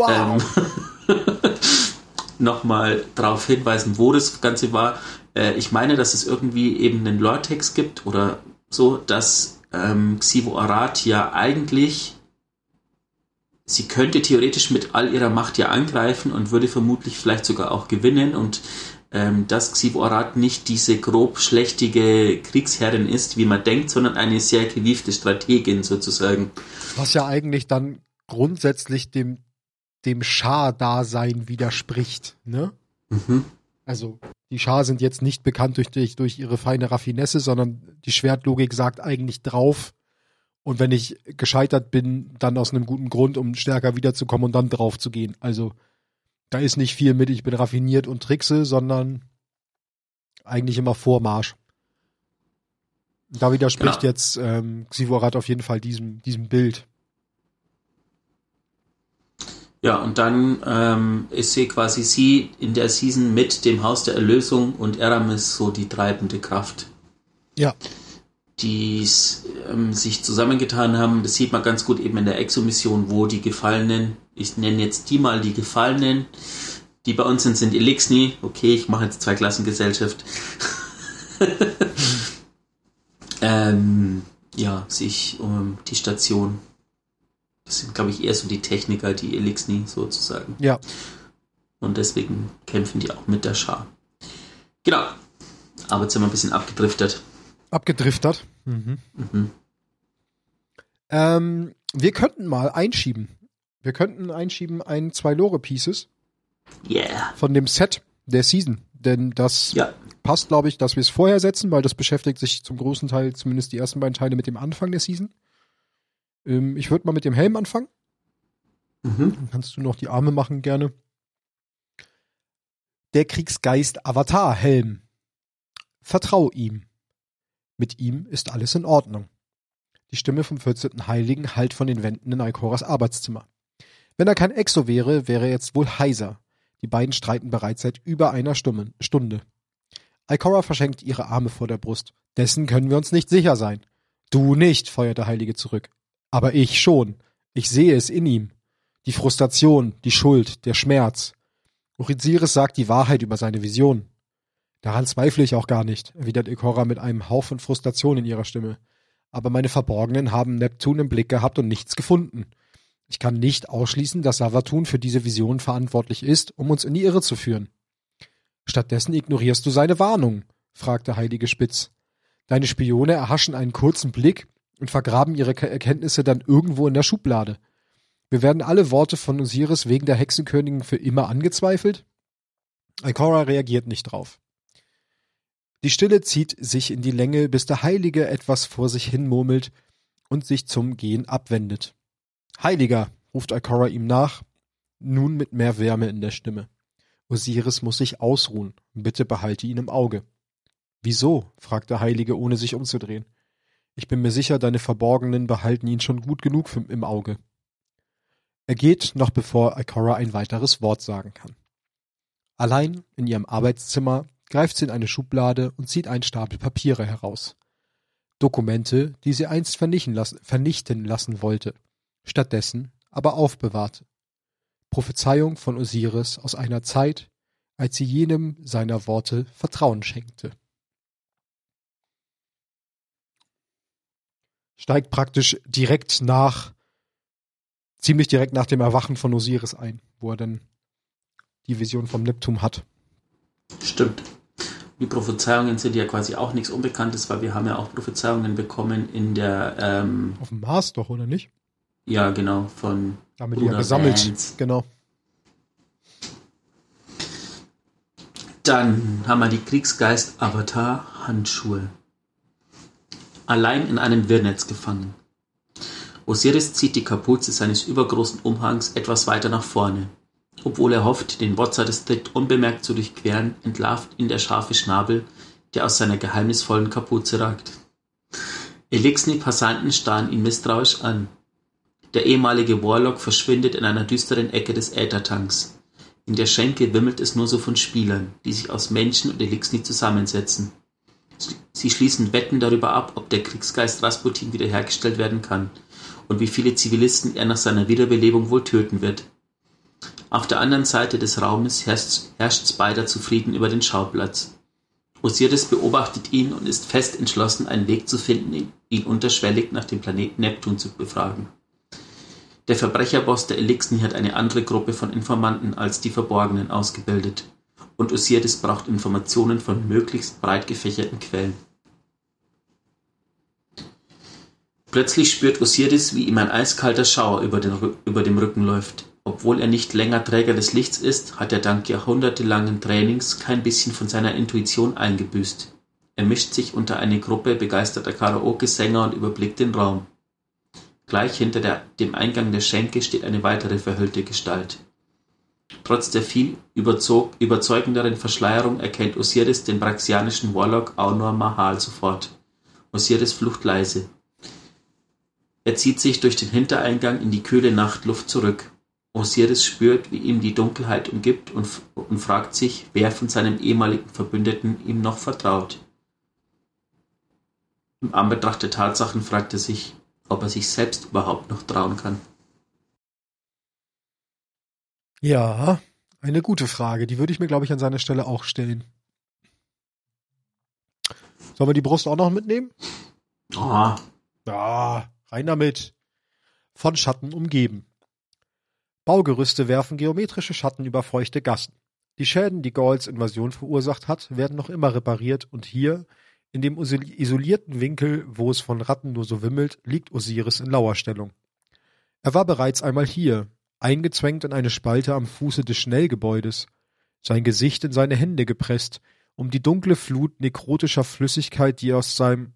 nochmal darauf hinweisen, wo das Ganze war. Ich meine, dass es irgendwie eben einen Lore-Text gibt oder so, dass Xivu Arad ja eigentlich, sie könnte theoretisch mit all ihrer Macht ja angreifen und würde vermutlich vielleicht sogar auch gewinnen und dass Xivu Arad nicht diese grob schlechtige Kriegsherrin ist, wie man denkt, sondern eine sehr gewiefte Strategin sozusagen. Was ja eigentlich dann grundsätzlich dem Schar-Dasein widerspricht, ne? Mhm. Also Die Schar sind jetzt nicht bekannt durch ihre feine Raffinesse, sondern die Schwertlogik sagt eigentlich drauf. Und wenn ich gescheitert bin, dann aus einem guten Grund, um stärker wiederzukommen und dann drauf zu gehen. Also da ist nicht viel mit, ich bin raffiniert und trickse, sondern eigentlich immer Vormarsch. Da widerspricht jetzt Xivorat auf jeden Fall diesem Bild. Ja, und dann ist sie in der Season mit dem Haus der Erlösung und Eramis so die treibende Kraft. Ja. Die sich zusammengetan haben. Das sieht man ganz gut eben in der Exo-Mission, wo die Gefallenen, ich nenne jetzt die mal die Gefallenen, die bei uns sind Elixni. Okay, ich mache jetzt Zweiklassengesellschaft. Sich um die Station. Das sind, glaube ich, eher so die Techniker, die Elixni sozusagen. Ja. Und deswegen kämpfen die auch mit der Schar. Genau. Aber jetzt sind wir ein bisschen abgedriftet. Mhm. Wir könnten mal einschieben. Wir könnten einschieben 2 Lore-Pieces. Yeah. Von dem Set der Season. Denn das passt, glaube ich, dass wir es vorher setzen, weil das beschäftigt sich zum großen Teil, zumindest die ersten beiden Teile, mit dem Anfang der Season. Ich würde mal mit dem Helm anfangen. Dann kannst du noch die Arme machen, gerne. Der Kriegsgeist Avatar-Helm. Vertrau ihm. Mit ihm ist alles in Ordnung. Die Stimme vom 14. Heiligen hallt von den Wänden in Ikoras Arbeitszimmer. Wenn er kein Exo wäre, wäre er jetzt wohl heiser. Die beiden streiten bereits seit über einer Stunde. Ikora verschenkt ihre Arme vor der Brust. Dessen können wir uns nicht sicher sein. Du nicht, feuert der Heilige zurück. Aber ich schon. Ich sehe es in ihm. Die Frustration, die Schuld, der Schmerz. Osiris sagt die Wahrheit über seine Vision. Daran zweifle ich auch gar nicht, erwidert Ikora mit einem Hauch von Frustration in ihrer Stimme. Aber meine Verborgenen haben Neptun im Blick gehabt und nichts gefunden. Ich kann nicht ausschließen, dass Savathun für diese Vision verantwortlich ist, um uns in die Irre zu führen. Stattdessen ignorierst du seine Warnung, fragt der Heilige spitz. Deine Spione erhaschen einen kurzen Blick und vergraben ihre Erkenntnisse dann irgendwo in der Schublade. Wir werden alle Worte von Osiris wegen der Hexenkönigin für immer angezweifelt? Ikora reagiert nicht drauf. Die Stille zieht sich in die Länge, bis der Heilige etwas vor sich hin murmelt und sich zum Gehen abwendet. Heiliger, ruft Ikora ihm nach, nun mit mehr Wärme in der Stimme. Osiris muss sich ausruhen. Bitte behalte ihn im Auge. Wieso? fragt der Heilige, ohne sich umzudrehen. Ich bin mir sicher, deine Verborgenen behalten ihn schon gut genug im Auge. Er geht, noch bevor Ikora ein weiteres Wort sagen kann. Allein in ihrem Arbeitszimmer greift sie in eine Schublade und zieht einen Stapel Papiere heraus. Dokumente, die sie einst vernichten lassen wollte, stattdessen aber aufbewahrte. Prophezeiung von Osiris aus einer Zeit, als sie jenem seiner Worte Vertrauen schenkte. Steigt praktisch ziemlich direkt nach dem Erwachen von Osiris ein, wo er dann die Vision vom Neptun hat. Stimmt. Die Prophezeiungen sind ja quasi auch nichts Unbekanntes, weil wir haben ja auch Prophezeiungen bekommen in der auf dem Mars doch, oder nicht? Ja, genau, von damit Bruder gesammelt, Vance. Genau. Dann haben wir die Kriegsgeist-Avatar-Handschuhe. Allein in einem Wirrnetz gefangen. Osiris zieht die Kapuze seines übergroßen Umhangs etwas weiter nach vorne. Obwohl er hofft, den Wotzer-Distrikt unbemerkt zu durchqueren, entlarvt ihn der scharfe Schnabel, der aus seiner geheimnisvollen Kapuze ragt. Elixni-Passanten starren ihn misstrauisch an. Der ehemalige Warlock verschwindet in einer düsteren Ecke des Äthertanks. In der Schenke wimmelt es nur so von Spielern, die sich aus Menschen und Elixni zusammensetzen. Sie schließen Wetten darüber ab, ob der Kriegsgeist Rasputin wiederhergestellt werden kann und wie viele Zivilisten er nach seiner Wiederbelebung wohl töten wird. Auf der anderen Seite des Raumes herrscht Spider zufrieden über den Schauplatz. Osiris beobachtet ihn und ist fest entschlossen, einen Weg zu finden, ihn unterschwellig nach dem Planeten Neptun zu befragen. Der Verbrecherboss der Elixni hat eine andere Gruppe von Informanten als die Verborgenen ausgebildet, und Osiris braucht Informationen von möglichst breit gefächerten Quellen. Plötzlich spürt Osiris, wie ihm ein eiskalter Schauer über dem Rücken läuft. Obwohl er nicht länger Träger des Lichts ist, hat er dank jahrhundertelangen Trainings kein bisschen von seiner Intuition eingebüßt. Er mischt sich unter eine Gruppe begeisterter Karaoke-Sänger und überblickt den Raum. Gleich hinter dem Eingang der Schenke steht eine weitere verhüllte Gestalt. Trotz der viel überzeugenderen Verschleierung erkennt Osiris den braxianischen Warlock Aunor Mahal sofort. Osiris flucht leise. Er zieht sich durch den Hintereingang in die kühle Nachtluft zurück. Osiris spürt, wie ihm die Dunkelheit umgibt und fragt sich, wer von seinem ehemaligen Verbündeten ihm noch vertraut. Im Anbetracht der Tatsachen fragt er sich, ob er sich selbst überhaupt noch trauen kann. Ja, eine gute Frage. Die würde ich mir, glaube ich, an seiner Stelle auch stellen. Sollen wir die Brust auch noch mitnehmen? Oh. Ja, rein damit. Von Schatten umgeben. Baugerüste werfen geometrische Schatten über feuchte Gassen. Die Schäden, die Gauls Invasion verursacht hat, werden noch immer repariert und hier, in dem isolierten Winkel, wo es von Ratten nur so wimmelt, liegt Osiris in Lauerstellung. Er war bereits einmal hier, eingezwängt in eine Spalte am Fuße des Schnellgebäudes, sein Gesicht in seine Hände gepresst, um die dunkle Flut nekrotischer Flüssigkeit, die aus seinem...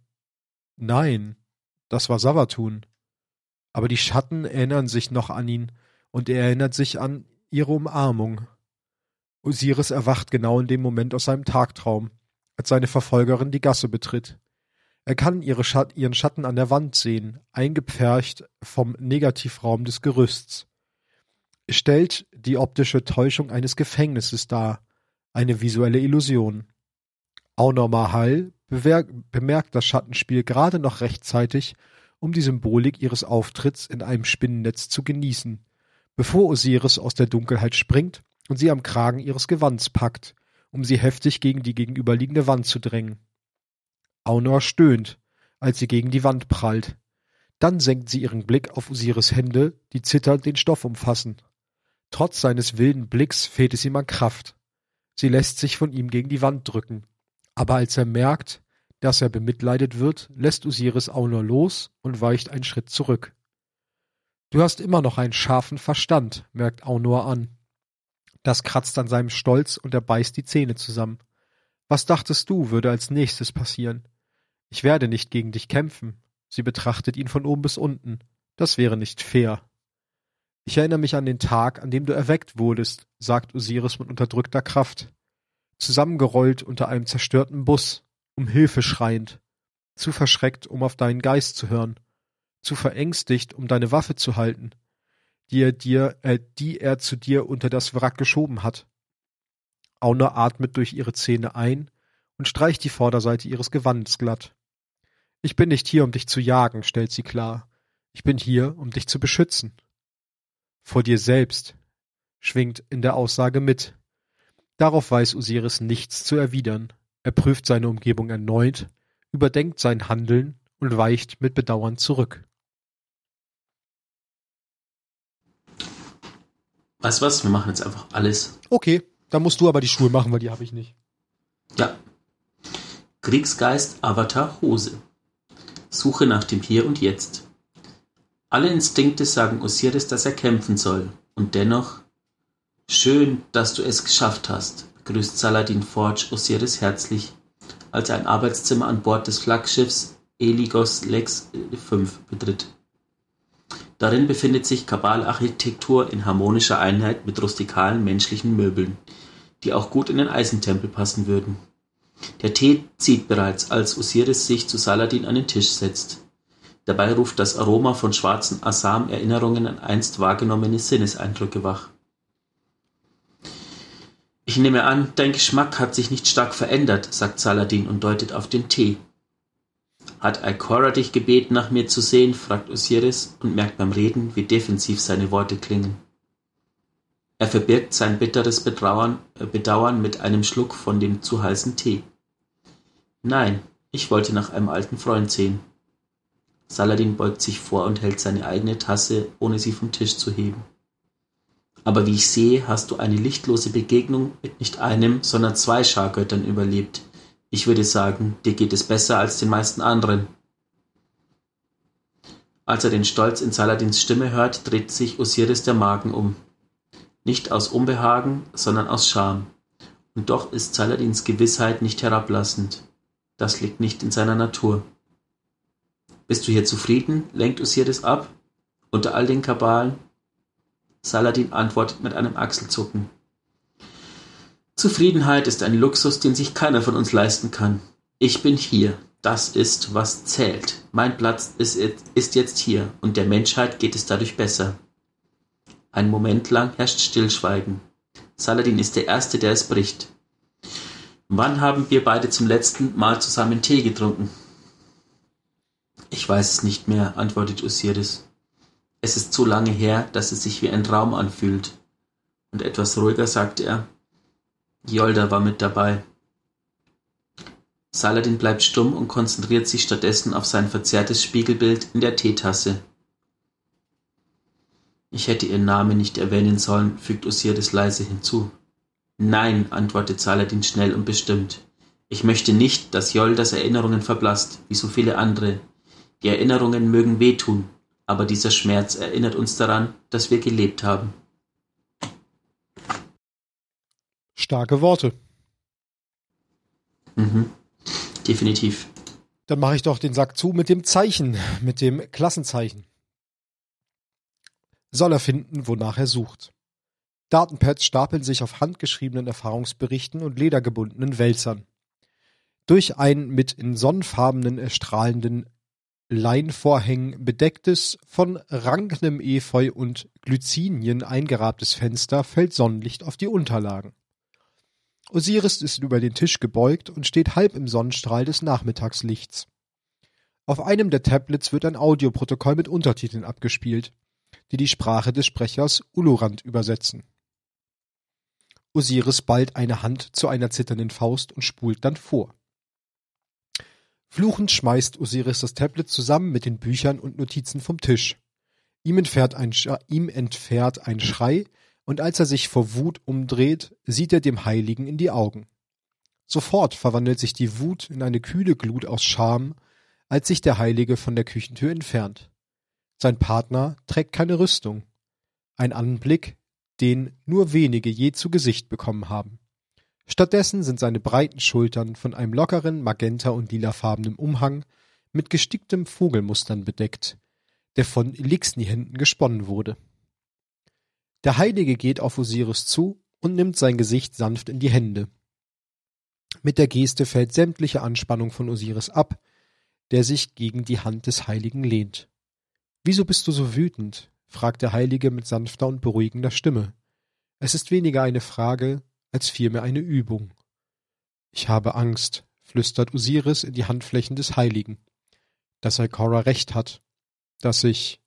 Nein, das war Savathun. Aber die Schatten erinnern sich noch an ihn, und er erinnert sich an ihre Umarmung. Osiris erwacht genau in dem Moment aus seinem Tagtraum, als seine Verfolgerin die Gasse betritt. Er kann ihren Schatten an der Wand sehen, eingepfercht vom Negativraum des Gerüsts. Es stellt die optische Täuschung eines Gefängnisses dar, eine visuelle Illusion. Aunor Mahal bemerkt das Schattenspiel gerade noch rechtzeitig, um die Symbolik ihres Auftritts in einem Spinnennetz zu genießen, bevor Osiris aus der Dunkelheit springt und sie am Kragen ihres Gewands packt, um sie heftig gegen die gegenüberliegende Wand zu drängen. Aunor stöhnt, als sie gegen die Wand prallt. Dann senkt sie ihren Blick auf Osiris Hände, die zitternd den Stoff umfassen. Trotz seines wilden Blicks fehlt es ihm an Kraft. Sie lässt sich von ihm gegen die Wand drücken. Aber als er merkt, dass er bemitleidet wird, lässt Osiris Aunor los und weicht einen Schritt zurück. »Du hast immer noch einen scharfen Verstand«, merkt Aunor an. Das kratzt an seinem Stolz und er beißt die Zähne zusammen. »Was dachtest du, würde als nächstes passieren? Ich werde nicht gegen dich kämpfen.« Sie betrachtet ihn von oben bis unten. »Das wäre nicht fair.« »Ich erinnere mich an den Tag, an dem du erweckt wurdest«, sagt Osiris mit unterdrückter Kraft. Zusammengerollt unter einem zerstörten Bus, um Hilfe schreiend. Zu verschreckt, um auf deinen Geist zu hören. Zu verängstigt, um deine Waffe zu halten, die er zu dir unter das Wrack geschoben hat. Aunor atmet durch ihre Zähne ein und streicht die Vorderseite ihres Gewandes glatt. »Ich bin nicht hier, um dich zu jagen«, stellt sie klar. »Ich bin hier, um dich zu beschützen.« »Vor dir selbst«, schwingt in der Aussage mit. Darauf weiß Osiris nichts zu erwidern. Er prüft seine Umgebung erneut, überdenkt sein Handeln und weicht mit Bedauern zurück. Weißt du was? Wir machen jetzt einfach alles. Okay, dann musst du aber die Schuhe machen, weil die habe ich nicht. Ja. Kriegsgeist Avatar Hose. Suche nach dem Hier und Jetzt. Alle Instinkte sagen Osiris, dass er kämpfen soll. Und dennoch, schön, dass du es geschafft hast, grüßt Saladin Forge Osiris herzlich, als er ein Arbeitszimmer an Bord des Flaggschiffs Eligos Lex 5 betritt. Darin befindet sich Kabalarchitektur in harmonischer Einheit mit rustikalen menschlichen Möbeln, die auch gut in den Eisentempel passen würden. Der Tee zieht bereits, als Osiris sich zu Saladin an den Tisch setzt. Dabei ruft das Aroma von schwarzen Asam Erinnerungen an einst wahrgenommene Sinneseindrücke wach. »Ich nehme an, dein Geschmack hat sich nicht stark verändert«, sagt Saladin und deutet auf den Tee. »Hat Ikora dich gebeten, nach mir zu sehen?«, fragt Osiris und merkt beim Reden, wie defensiv seine Worte klingen. Er verbirgt sein bitteres Bedauern mit einem Schluck von dem zu heißen Tee. »Nein, ich wollte nach einem alten Freund sehen.« Saladin beugt sich vor und hält seine eigene Tasse, ohne sie vom Tisch zu heben. »Aber wie ich sehe, hast du eine lichtlose Begegnung mit nicht einem, sondern 2 Schargöttern überlebt. Ich würde sagen, dir geht es besser als den meisten anderen.« Als er den Stolz in Saladins Stimme hört, dreht sich Osiris der Magen um. Nicht aus Unbehagen, sondern aus Scham. Und doch ist Saladins Gewissheit nicht herablassend. Das liegt nicht in seiner Natur. Bist du hier zufrieden? Lenkt Osiris ab? Unter all den Kabalen? Saladin antwortet mit einem Achselzucken. Zufriedenheit ist ein Luxus, den sich keiner von uns leisten kann. Ich bin hier. Das ist, was zählt. Mein Platz ist jetzt hier und der Menschheit geht es dadurch besser. Ein Moment lang herrscht Stillschweigen. Saladin ist der Erste, der es bricht. Wann haben wir beide zum letzten Mal zusammen Tee getrunken? Ich weiß es nicht mehr, antwortet Osiris. Es ist so lange her, dass es sich wie ein Traum anfühlt. Und etwas ruhiger sagt er, Yolda war mit dabei. Saladin bleibt stumm und konzentriert sich stattdessen auf sein verzerrtes Spiegelbild in der Teetasse. Ich hätte ihren Namen nicht erwähnen sollen, fügt Osiris leise hinzu. Nein, antwortet Saladin schnell und bestimmt. Ich möchte nicht, dass Yoldas Erinnerungen verblasst, wie so viele andere. Die Erinnerungen mögen wehtun, aber dieser Schmerz erinnert uns daran, dass wir gelebt haben. Starke Worte. Definitiv. Dann mache ich doch den Sack zu mit dem Zeichen, mit dem Klassenzeichen. Soll er finden, wonach er sucht. Datenpads stapeln sich auf handgeschriebenen Erfahrungsberichten und ledergebundenen Wälzern. Durch ein mit in sonnenfarbenen erstrahlenden Leinvorhängen bedecktes, von rankendem Efeu und Glycinien eingerahmtes Fenster fällt Sonnenlicht auf die Unterlagen. Osiris ist über den Tisch gebeugt und steht halb im Sonnenstrahl des Nachmittagslichts. Auf einem der Tablets wird ein Audioprotokoll mit Untertiteln abgespielt, die die Sprache des Sprechers Ulurand übersetzen. Osiris ballt eine Hand zu einer zitternden Faust und spult dann vor. Fluchend schmeißt Osiris das Tablet zusammen mit den Büchern und Notizen vom Tisch. Ihm entfährt ein Schrei, und als er sich vor Wut umdreht, sieht er dem Heiligen in die Augen. Sofort verwandelt sich die Wut in eine kühle Glut aus Scham, als sich der Heilige von der Küchentür entfernt. Sein Partner trägt keine Rüstung. Ein Anblick, den nur wenige je zu Gesicht bekommen haben. Stattdessen sind seine breiten Schultern von einem lockeren magenta- und lilafarbenen Umhang mit gesticktem Vogelmustern bedeckt, der von Elixni-Händen gesponnen wurde. Der Heilige geht auf Osiris zu und nimmt sein Gesicht sanft in die Hände. Mit der Geste fällt sämtliche Anspannung von Osiris ab, der sich gegen die Hand des Heiligen lehnt. »Wieso bist du so wütend?« fragt der Heilige mit sanfter und beruhigender Stimme. Es ist weniger eine Frage, als vielmehr eine Übung. »Ich habe Angst«, flüstert Osiris in die Handflächen des Heiligen. »Dass Ikora recht hat. Dass ich...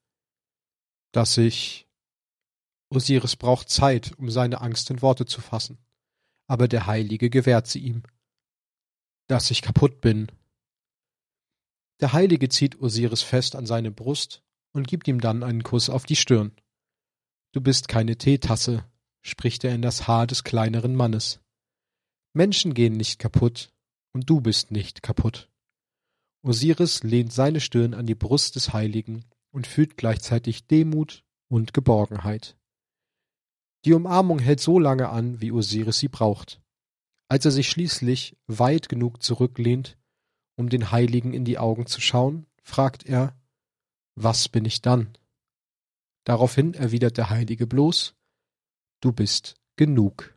Osiris braucht Zeit, um seine Angst in Worte zu fassen. Aber der Heilige gewährt sie ihm. »Dass ich kaputt bin.« Der Heilige zieht Osiris fest an seine Brust und gibt ihm dann einen Kuss auf die Stirn. »Du bist keine Teetasse«, spricht er in das Haar des kleineren Mannes. »Menschen gehen nicht kaputt, und du bist nicht kaputt.« Osiris lehnt seine Stirn an die Brust des Heiligen und fühlt gleichzeitig Demut und Geborgenheit. Die Umarmung hält so lange an, wie Osiris sie braucht. Als er sich schließlich weit genug zurücklehnt, um den Heiligen in die Augen zu schauen, fragt er, »Was bin ich dann?« Daraufhin erwidert der Heilige bloß, »Du bist genug.«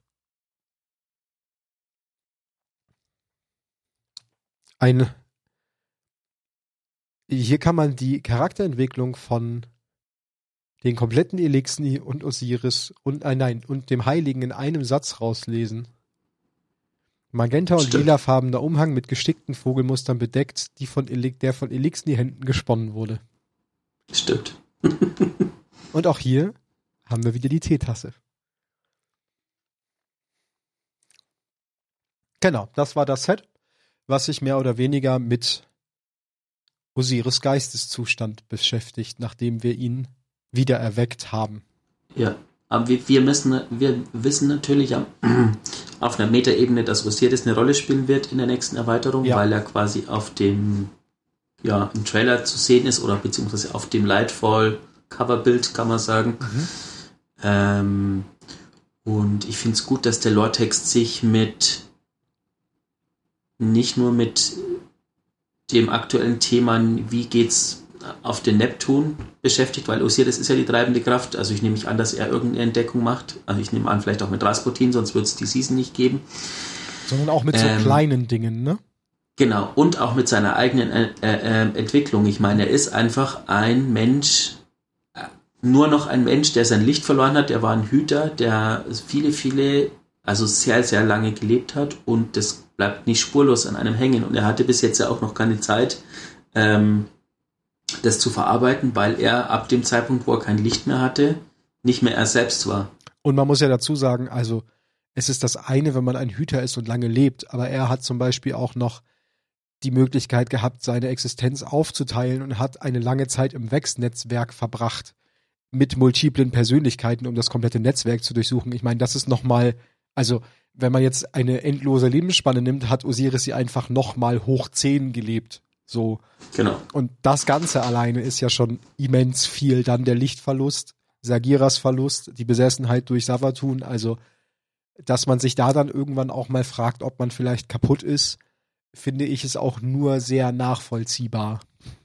Hier kann man die Charakterentwicklung von den kompletten Elixni und Osiris und dem Heiligen in einem Satz rauslesen. Magenta- und lilafarbener Umhang mit gestickten Vogelmustern bedeckt, der von Elixni-Händen gesponnen wurde. Stimmt. Und auch hier haben wir wieder die Teetasse. Genau, das war das Set, was sich mehr oder weniger mit Osiris Geisteszustand beschäftigt, nachdem wir ihn wieder erweckt haben. Ja, aber wir wissen natürlich auf einer Metaebene, dass Osiris eine Rolle spielen wird in der nächsten Erweiterung, ja, weil er quasi im Trailer zu sehen ist oder beziehungsweise auf dem Lightfall Coverbild, kann man sagen. Und ich finde es gut, dass der Lore-Text sich nicht nur mit dem aktuellen Thema, wie geht's auf den Neptun beschäftigt, weil Osiris ist ja die treibende Kraft. Also ich nehme mich an, dass er irgendeine Entdeckung macht. Also ich nehme an, vielleicht auch mit Rasputin, sonst würde es die Season nicht geben. Sondern auch mit so kleinen Dingen, ne? Genau, und auch mit seiner eigenen Entwicklung. Ich meine, er ist einfach ein Mensch, nur noch ein Mensch, der sein Licht verloren hat. Er war ein Hüter, der viele, also sehr, sehr lange gelebt hat und das bleibt nicht spurlos an einem hängen. Und er hatte bis jetzt ja auch noch keine Zeit, das zu verarbeiten, weil er ab dem Zeitpunkt, wo er kein Licht mehr hatte, nicht mehr er selbst war. Und man muss ja dazu sagen, also es ist das eine, wenn man ein Hüter ist und lange lebt, aber er hat zum Beispiel auch noch die Möglichkeit gehabt, seine Existenz aufzuteilen und hat eine lange Zeit im Vex-Netzwerk verbracht mit multiplen Persönlichkeiten, um das komplette Netzwerk zu durchsuchen. Ich meine, das ist nochmal, also wenn man jetzt eine endlose Lebensspanne nimmt, hat Osiris sie einfach nochmal hoch 10 gelebt. So. Genau. Und das Ganze alleine ist ja schon immens viel. Dann der Lichtverlust, Sagiras Verlust, die Besessenheit durch Savathun. Also, dass man sich da dann irgendwann auch mal fragt, ob man vielleicht kaputt ist, finde ich es auch nur sehr nachvollziehbar.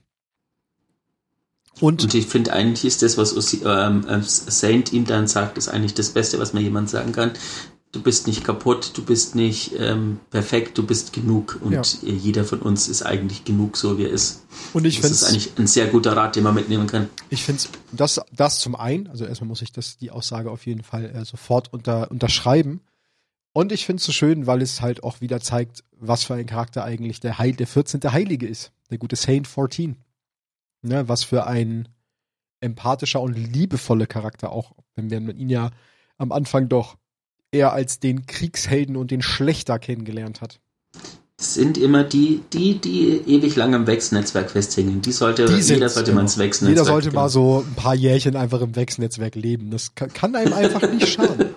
Und ich finde, eigentlich ist das, was Saint ihm dann sagt, ist eigentlich das Beste, was man jemand sagen kann. Du bist nicht kaputt, du bist nicht perfekt, du bist genug. Und jeder von uns ist eigentlich genug, so wie er ist. Und ich finde, das ist eigentlich ein sehr guter Rat, den man mitnehmen kann. Ich finde das zum einen, also erstmal muss ich die Aussage auf jeden Fall sofort unterschreiben. Und ich finde es so schön, weil es halt auch wieder zeigt, was für ein Charakter eigentlich der 14. Heilige ist. Der gute Saint 14. Ne, was für ein empathischer und liebevoller Charakter auch, wenn man ihn ja am Anfang doch eher als den Kriegshelden und den Schlächter kennengelernt hat. Das sind immer die ewig lang am Vex-Netzwerk festhängen. Jeder sollte mal ins Vex-Netzwerk. Jeder sollte mal so ein paar Jährchen einfach im Vex-Netzwerk leben. Das kann einem einfach nicht schaden.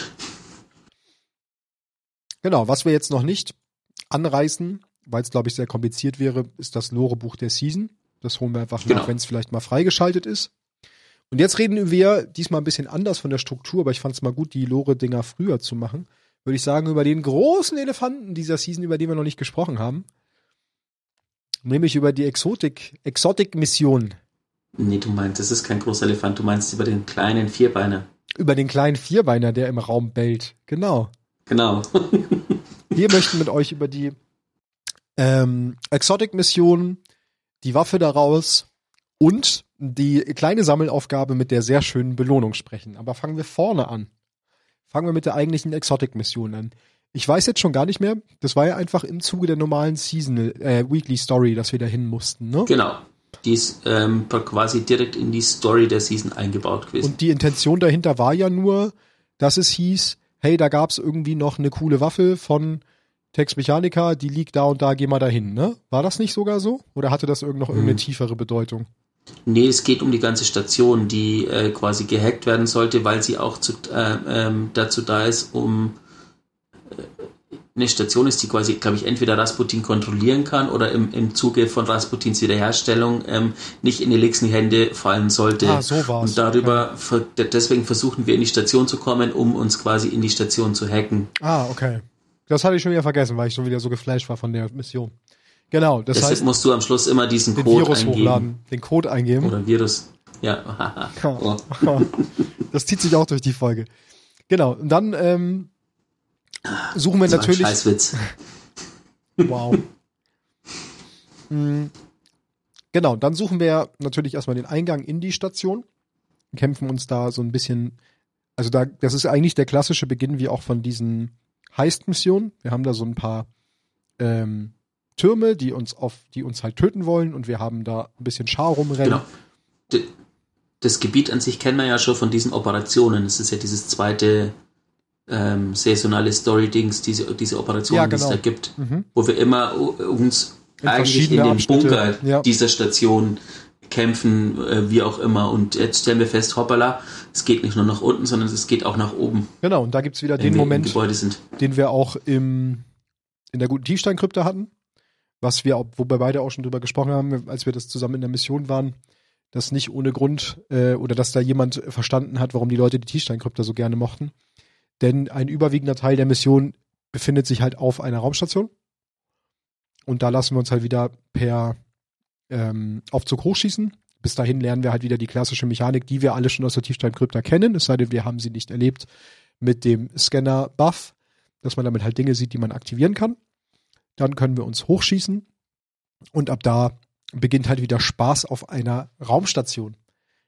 Genau, was wir jetzt noch nicht anreißen, weil es, glaube ich, sehr kompliziert wäre, ist das Lore-Buch der Season. Das holen wir einfach nach, wenn es vielleicht mal freigeschaltet ist. Und jetzt reden wir diesmal ein bisschen anders von der Struktur, aber ich fand es mal gut, die Lore-Dinger früher zu machen. Würde ich sagen, über den großen Elefanten dieser Season, über den wir noch nicht gesprochen haben. Nämlich über die Exotic-Mission. Nee, das ist kein großer Elefant, du meinst über den kleinen Vierbeiner. Über den kleinen Vierbeiner, der im Raum bellt. Genau. Wir möchten mit euch über die Exotic-Mission, die Waffe daraus und die kleine Sammelaufgabe mit der sehr schönen Belohnung sprechen. Aber fangen wir vorne an. Fangen wir mit der eigentlichen Exotic-Mission an. Ich weiß jetzt schon gar nicht mehr, das war ja einfach im Zuge der normalen Weekly Story, dass wir dahin mussten, ne? Genau. Die ist quasi direkt in die Story der Season eingebaut gewesen. Und die Intention dahinter war ja nur, dass es hieß, hey, da gab's irgendwie noch eine coole Waffe von Tex Mechanica, die liegt da und da, geh mal dahin, ne? War das nicht sogar so? Oder hatte das irgendeine tiefere Bedeutung? Nee, es geht um die ganze Station, die quasi gehackt werden sollte, weil sie auch dazu da ist, um eine Station ist, die quasi, glaube ich, entweder Rasputin kontrollieren kann oder im Zuge von Rasputins Wiederherstellung nicht in die nächsten Hände fallen sollte. Ah, so war's. Und deswegen versuchen wir in die Station zu kommen, um uns quasi in die Station zu hacken. Ah, okay. Das hatte ich schon wieder vergessen, weil ich schon wieder so geflasht war von der Mission. Genau, deshalb heißt, musst du am Schluss immer diesen den Code Virus eingeben. Hochladen, den Code eingeben. Oder Virus. Ja. Oh. Das zieht sich auch durch die Folge. Genau, und dann suchen wir natürlich... Ein Scheißwitz. Wow. Genau, dann suchen wir natürlich erstmal den Eingang in die Station, kämpfen uns da so ein bisschen... Also das ist eigentlich der klassische Beginn wie auch von diesen Heist-Missionen. Wir haben da so ein paar Türme, die uns halt töten wollen und wir haben da ein bisschen Schar rumrennen. Genau. Das Gebiet an sich kennen wir ja schon von diesen Operationen. Es ist ja dieses zweite saisonale Story-Dings, diese Operationen, die es da gibt, wo wir immer uns eigentlich in den Bunker dieser Station kämpfen, wie auch immer. Und jetzt stellen wir fest, hoppala, es geht nicht nur nach unten, sondern es geht auch nach oben. Genau, und da gibt's wieder den Moment, den wir auch in der guten Tiefsteinkrypta hatten, was wir, wo wir beide auch schon drüber gesprochen haben, als wir das zusammen in der Mission waren, dass nicht ohne Grund oder dass da jemand verstanden hat, warum die Leute die Tiefsteinkrypta so gerne mochten. Denn ein überwiegender Teil der Mission befindet sich halt auf einer Raumstation. Und da lassen wir uns halt wieder per Aufzug hochschießen. Bis dahin lernen wir halt wieder die klassische Mechanik, die wir alle schon aus der Tiefsteinkrypta kennen, es sei denn, wir haben sie nicht erlebt, mit dem Scanner-Buff, dass man damit halt Dinge sieht, die man aktivieren kann. Dann können wir uns hochschießen und ab da beginnt halt wieder Spaß auf einer Raumstation,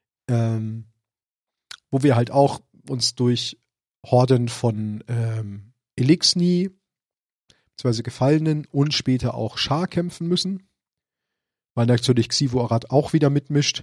wo wir halt auch uns durch Horden von Elixni, beziehungsweise Gefallenen und später auch Char kämpfen müssen, weil natürlich Xivu Arad auch wieder mitmischt.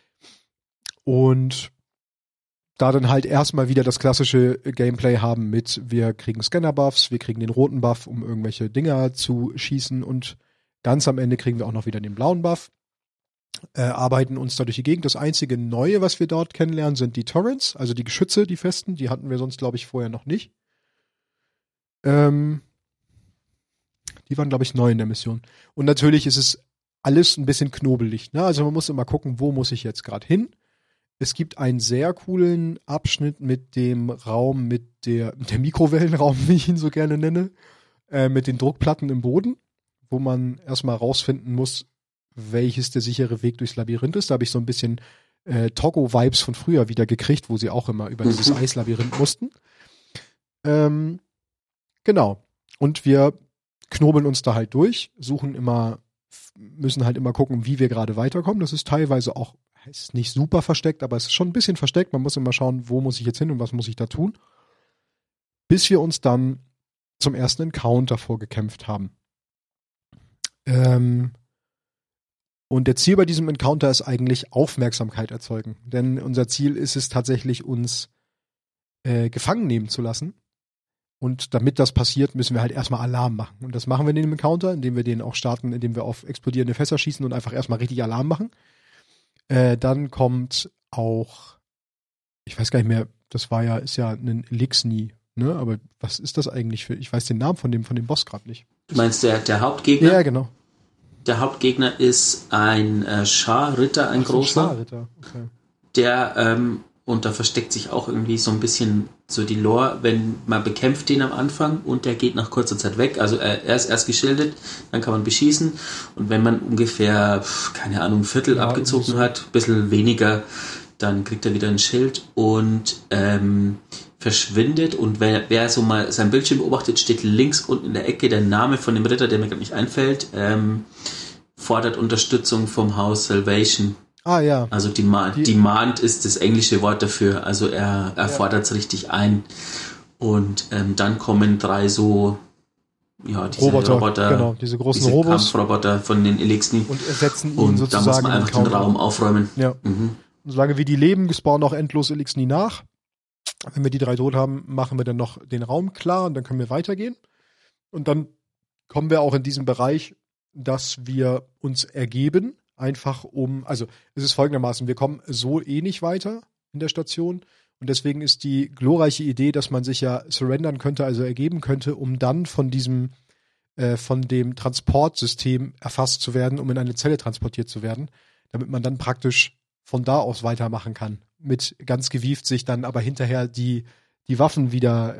Und da dann halt erstmal wieder das klassische Gameplay haben mit, wir kriegen Scanner-Buffs, wir kriegen den roten Buff, um irgendwelche Dinger zu schießen und ganz am Ende kriegen wir auch noch wieder den blauen Buff. Arbeiten uns da durch die Gegend. Das einzige Neue, was wir dort kennenlernen, sind die Torrents, also die Geschütze, die festen, die hatten wir sonst, glaube ich, vorher noch nicht. Die waren, glaube ich, neu in der Mission. Und natürlich ist es alles ein bisschen knobelig, ne? Also man muss immer gucken, wo muss ich jetzt gerade hin. Es gibt einen sehr coolen Abschnitt mit dem Raum, mit der Mikrowellenraum, wie ich ihn so gerne nenne, mit den Druckplatten im Boden, wo man erstmal rausfinden muss, welches der sichere Weg durchs Labyrinth ist. Da habe ich so ein bisschen Togo-Vibes von früher wieder gekriegt, wo sie auch immer über dieses Eislabyrinth mussten. Genau. Und wir knobeln uns da halt durch, müssen halt immer gucken, wie wir gerade weiterkommen. Das ist teilweise auch, ist nicht super versteckt, aber es ist schon ein bisschen versteckt. Man muss immer schauen, wo muss ich jetzt hin und was muss ich da tun. Bis wir uns dann zum ersten Encounter vorgekämpft haben. Und der Ziel bei diesem Encounter ist eigentlich Aufmerksamkeit erzeugen. Denn unser Ziel ist es tatsächlich, uns gefangen nehmen zu lassen. Und damit das passiert, müssen wir halt erstmal Alarm machen. Und das machen wir in dem Encounter, indem wir den auch starten, indem wir auf explodierende Fässer schießen und einfach erstmal richtig Alarm machen. Dann kommt auch, ich weiß gar nicht mehr, ist ja ein Elixni, ne? Aber was ist das eigentlich für, ich weiß den Namen von dem Boss gerade nicht. Du meinst der Hauptgegner? Ja, genau. Der Hauptgegner ist ein Char-Ritter, ein großer. Char-Ritter, okay. Der, und da versteckt sich auch irgendwie so ein bisschen so die Lore, wenn man bekämpft den am Anfang und der geht nach kurzer Zeit weg. Also er ist erst geschildert, dann kann man beschießen und wenn man ungefähr, keine Ahnung, ein Viertel abgezogen hat, ein bisschen weniger, dann kriegt er wieder ein Schild und verschwindet und wer so mal sein Bildschirm beobachtet, steht links unten in der Ecke der Name von dem Ritter, der mir gerade nicht einfällt, fordert Unterstützung vom Haus Salvation. Ah ja. Also Demand ist das englische Wort dafür, also er fordert es richtig ein und dann kommen 3 so diese Roboter, genau, diese großen Kampfroboter von den Elixni und ersetzen ihn und sozusagen. Da muss man einfach den Raum aufräumen. Ja. Und solange wir die leben, spawnen auch endlos Elixni nach. Wenn wir die 3 tot haben, machen wir dann noch den Raum klar und dann können wir weitergehen. Und dann kommen wir auch in diesen Bereich, dass wir uns ergeben, einfach also es ist folgendermaßen, wir kommen so nicht weiter in der Station und deswegen ist die glorreiche Idee, dass man sich ja surrendern könnte, also ergeben könnte, um dann von dem Transportsystem erfasst zu werden, um in eine Zelle transportiert zu werden, damit man dann praktisch von da aus weitermachen kann. Mit ganz gewieft sich dann aber hinterher die Waffen wieder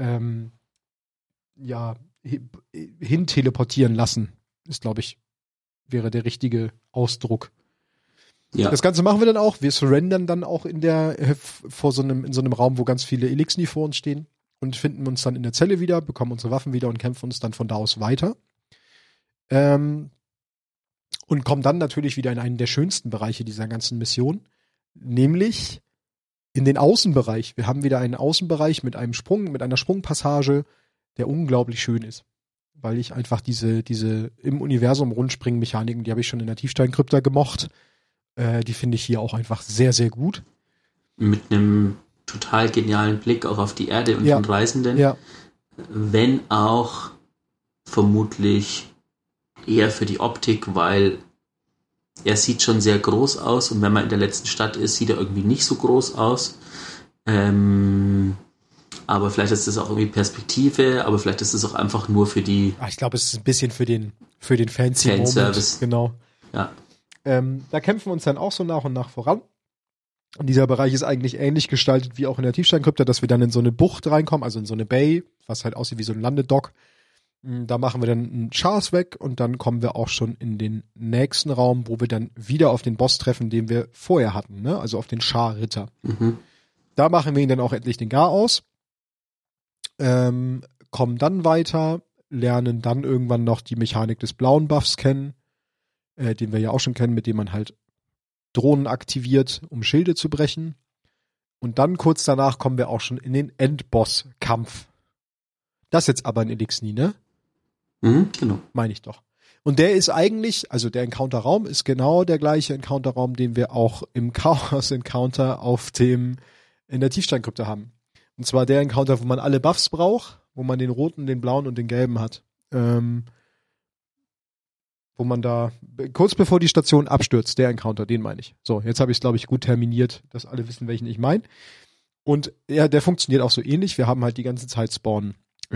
hin teleportieren lassen. Ist, glaube ich, wäre der richtige Ausdruck. Ja. Das Ganze machen wir dann auch. Wir surrendern dann auch in so einem Raum, wo ganz viele Elixni vor uns stehen und finden uns dann in der Zelle wieder, bekommen unsere Waffen wieder und kämpfen uns dann von da aus weiter. Und kommen dann natürlich wieder in einen der schönsten Bereiche dieser ganzen Mission, nämlich in den Außenbereich. Wir haben wieder einen Außenbereich mit einer Sprungpassage, der unglaublich schön ist. Weil ich einfach diese im Universum Rundspringen-Mechaniken, die habe ich schon in der Tiefsteinkrypta gemocht. Die finde ich hier auch einfach sehr, sehr gut. Mit einem total genialen Blick auch auf die Erde und den Reisenden. Ja. Wenn auch vermutlich eher für die Optik, weil er sieht schon sehr groß aus und wenn man in der letzten Stadt ist, sieht er irgendwie nicht so groß aus. Aber vielleicht ist das auch irgendwie Perspektive, aber vielleicht ist es auch einfach nur für die... Ich glaube, es ist ein bisschen für den fancy Fanservice. Moment. Genau. Ja. Da kämpfen wir uns dann auch so nach und nach voran. Und dieser Bereich ist eigentlich ähnlich gestaltet wie auch in der Tiefsteinkrypta, dass wir dann in so eine Bucht reinkommen, also in so eine Bay, was halt aussieht wie so ein Landedock. Da machen wir dann einen Chars weg und dann kommen wir auch schon in den nächsten Raum, wo wir dann wieder auf den Boss treffen, den wir vorher hatten, ne? Also auf den Char-Ritter. Mhm. Da machen wir ihn dann auch endlich den Gar aus, kommen dann weiter, lernen dann irgendwann noch die Mechanik des blauen Buffs kennen, den wir ja auch schon kennen, mit dem man halt Drohnen aktiviert, um Schilde zu brechen. Und dann kurz danach kommen wir auch schon in den Endboss-Kampf. Das ist jetzt aber ein Elixni, ne? Genau. Meine ich doch. Und der ist eigentlich, also der Encounter-Raum ist genau der gleiche Encounter-Raum, den wir auch im Chaos-Encounter in der Tiefsteinkrypta haben. Und zwar der Encounter, wo man alle Buffs braucht, wo man den roten, den blauen und den gelben hat. Wo man da, kurz bevor die Station abstürzt, der Encounter, den meine ich. So, jetzt habe ich es, glaube ich, gut terminiert, dass alle wissen, welchen ich meine. Und ja, der funktioniert auch so ähnlich. Wir haben halt die ganze Zeit Spawn.